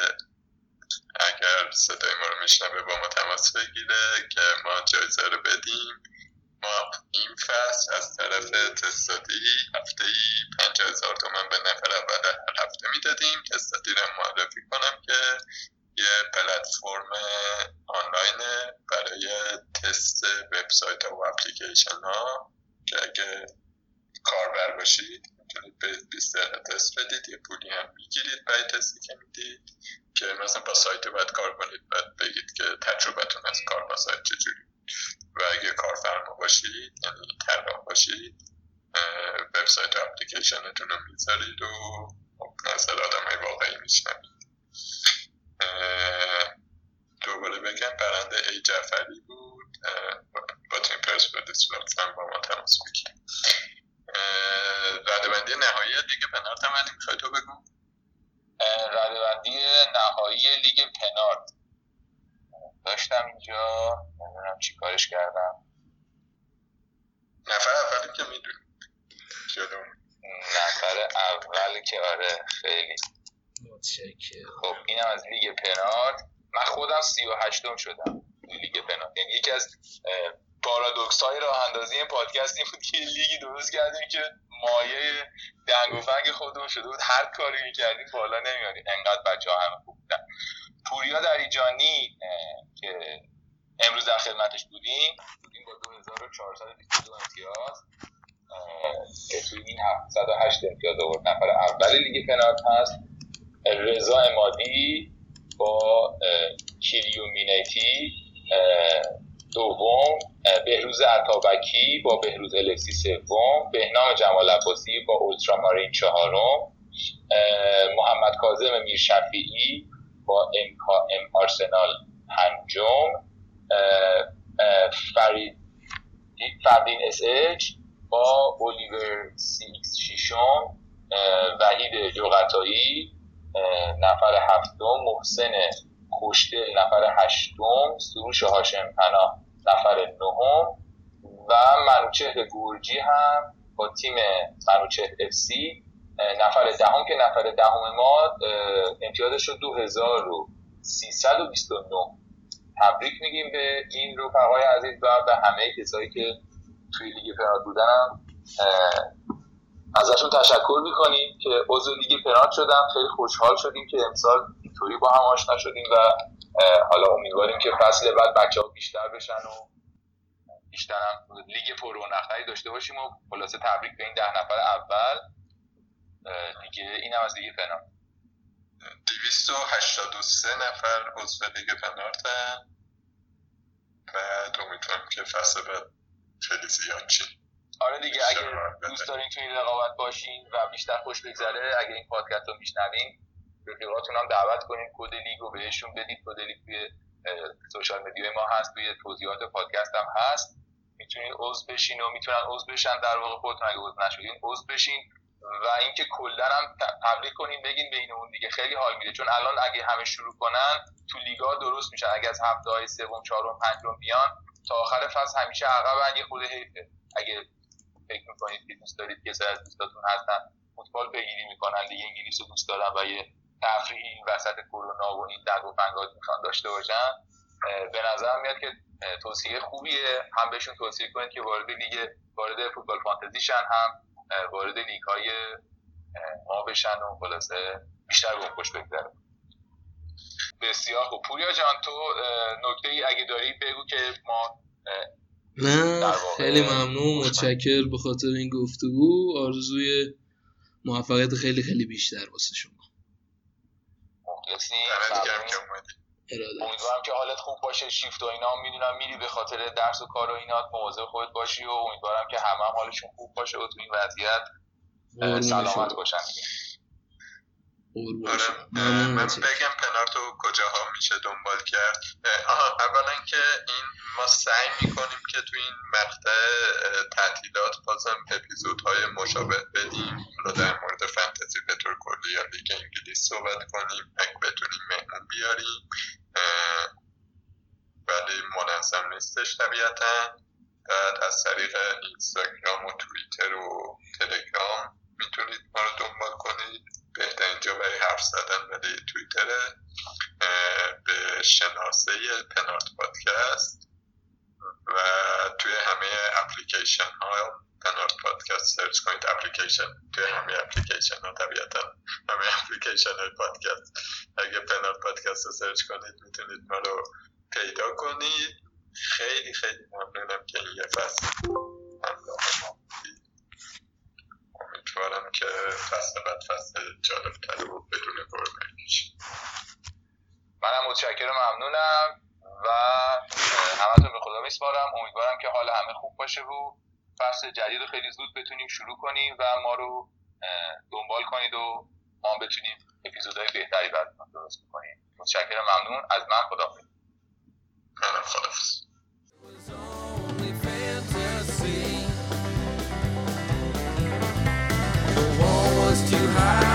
[SPEAKER 4] اگر صدای ما رو میشنوه با ما تماس بگیره که ما جایزه رو بدیم. ما این فصل از طرف تستادی هفته‌ای 50,000 تومان به نفر اول هر هفته میدادیم. تستادی رو معرفی کنم که یه پلتفرم آنلاین برای تست وبسایت ها و اپلیکیشن ها که اگه کاربر باشید میتونید به 20 دقیقه تست بدید. یه پولی هم میگیرید برای تستی که میدید که مثلا با سایت باید کار کنید، بعد بگید که تجربتون از کار با سایت چجوری. و اگه کارفرما باشید یعنی طراح باشید وبسایت و اپلیکیشنتون رو میذارید و نظر آدمای واقعی میشنوید. دوباره بگم برنده جعفری بود با تیم پرسپولیس لطفاً با ما تماس بگیرید. رده‌بندی نهایی لیگ پنارت هم علی میخوای تو بگو؟
[SPEAKER 3] رده‌بندی نهایی لیگ پنارت داشتم اینجا، نمیدونم چی کارش کردم.
[SPEAKER 4] نفر اولی که میدونی
[SPEAKER 3] نفر اول که آره خیلی
[SPEAKER 5] متشکرم.
[SPEAKER 3] خب اینم از لیگ پنارت. من خودم 38م شدم لیگ پنارت. یعنی یکی از پارادوکس های راه اندازی این پادکست این بود که لیگی درست کردیم که مایه دنگ و فنگ خودمون شده بود، هر کاری میکردیم بالا نمیاریم، انقدر بچه ها همه خوب بودن. پوریا دریجانی که امروز در خدمتش بودیم با 2422 امتیاز که توی این 708 امتیاز آورد، نفر اول لیگ پنارت هست. رضا امادی با کیلیومینیتی دوم، بهروز عطابکی با بهروز الکسی سوم، بهنام جمال عباسی با اولترامارین چهارم، محمد کاظم میرشفیعی با ام آرسنال پنجم، فردین اس اچ با الیور سی ایکس ششم، وحید جوقتایی نفر هفتم، محسن خوشدل نفر هشتم، سروش هاشم پناه نفر نهم و منوچهر گورجی هم با تیم منوچهر اف سی نفر دهم که نفر دهم ما امتیازش شد 2329. تبریک میگیم به این رفقای عزیز و به همه کسایی که توی لیگ پنارت بودن. ازشون تشکر میکنیم که عضو لیگ پنارت شدن. خیلی خوشحال شدیم که امسال اینطوری با هم آشنا شدیم و حالا امیدواریم که فصل بعد بچه‌ها بیشتر بشن و بیشتر هم لیگ پر رونق‌تری داشته باشیم. و خلاصه تبریک به این 10 نفر اول دیگه. اینم از لیگ پنارت.
[SPEAKER 4] 283 نفر عضو لیگ پنارتن. بعد امیدوارم که فصل بعد خیلی زیاد چی.
[SPEAKER 3] آره دیگه اگه دوست دارین توی این رقابت باشین و بیشتر خوش بگذره، اگه این پادکست رو میشنوین رفیقاتون هم دعوت کنین، کد لیگ رو بهشون بدید. کد لیگ توی سوشال مدیای ما هست، توی توضیحات پادکست هم هست، میتونین عضو بشین و میتونن عضو بشن در واقع خودتون اگه عضو نشدین عضو بشین. و اینکه کلا هم تبلیغ کنین، بگین بین اون دیگه خیلی حال میده، چون الان اگه همه شروع کنن تو لیگا درست میشن. اگه از هفته‌های سوم، چهارم، پنجم بیان تا آخر فصل همیشه عقبن. یه خود حیفه. اگه فکر میکنید که دوست دارید که سر دوستاتون هستن فوتبال پیگیری میکنن، لیگ انگلیس رو دوست دارن و یه تفریحی این وسط کرونا و این دگ و فنگات میخوان داشته باشن، به نظر میاد که توصیه خوبیه. هم بهشون توصیه کنید که وارد فوتبال فانتزی شن، هم وارد لیگ های ما بشن و خلاصه بیشتر به خوش بگذره. بسیار خوب. پوریا جان تو نکته ای اگه داری بگو که ما
[SPEAKER 5] نه خیلی ممنون، متشکر به خاطر این گفتگو. آرزوی موفقیت خیلی خیلی بیشتر واسه شما.
[SPEAKER 3] مخلصیم. امیدوارم که حالت خوب باشه. شیفت و اینا میدونم میری به خاطر درس و کار و اینات، مواظب خودت باشی و امیدوارم که همه هم حالشون خوب باشه و تو این وضعیت سلامت باشن.
[SPEAKER 4] من بگم پنارتو کجاها میشه دنبال کرد. اولا که این ما سعی میکنیم که تو این مقطع تعطیلات بازم اپیزودهای مشابه بدیم، حالا در مورد فانتزی به طور کلی یا لیگ انگلیس صحبت کنیم، اگه بتونیم مهمون بیاریم، ولی منظم نیستش طبیعتا. بعد از طریق اینستاگرام و توییتر و تلگرام میتونید ما رو دنبال کنید. بهترین جا برای حرف زدن ولی توییتره، به شناسه پنارت پادکست و توی همه اپلیکیشن ها پنارت پادکست سرچ کنید. اپلیکیشن توی همه اپلیکیشن ها، طبیعتا همه اپلیکیشن های پادکست، اگه پنارت پادکست رو سرچ کنید میتونید ما رو پیدا کنید. خیلی خیلی ممنونم که این یه فصل همراه ما بودید. امیدوارم که فصل بعد فصل جالب‌تر و بدون پرمه بشه.
[SPEAKER 3] منم متشکرم، ممنونم و همتون به خدا میسپارم. امیدوارم که حال همه خوب باشه و فصل جدید رو خیلی زود بتونیم شروع کنیم و ما رو دنبال کنید و ما بتونیم اپیزودهای بهتری براتون درست کنیم. متشکرم، ممنون از من. خدا
[SPEAKER 4] منم خدافظ.
[SPEAKER 2] Only fantasy. The wall was too high.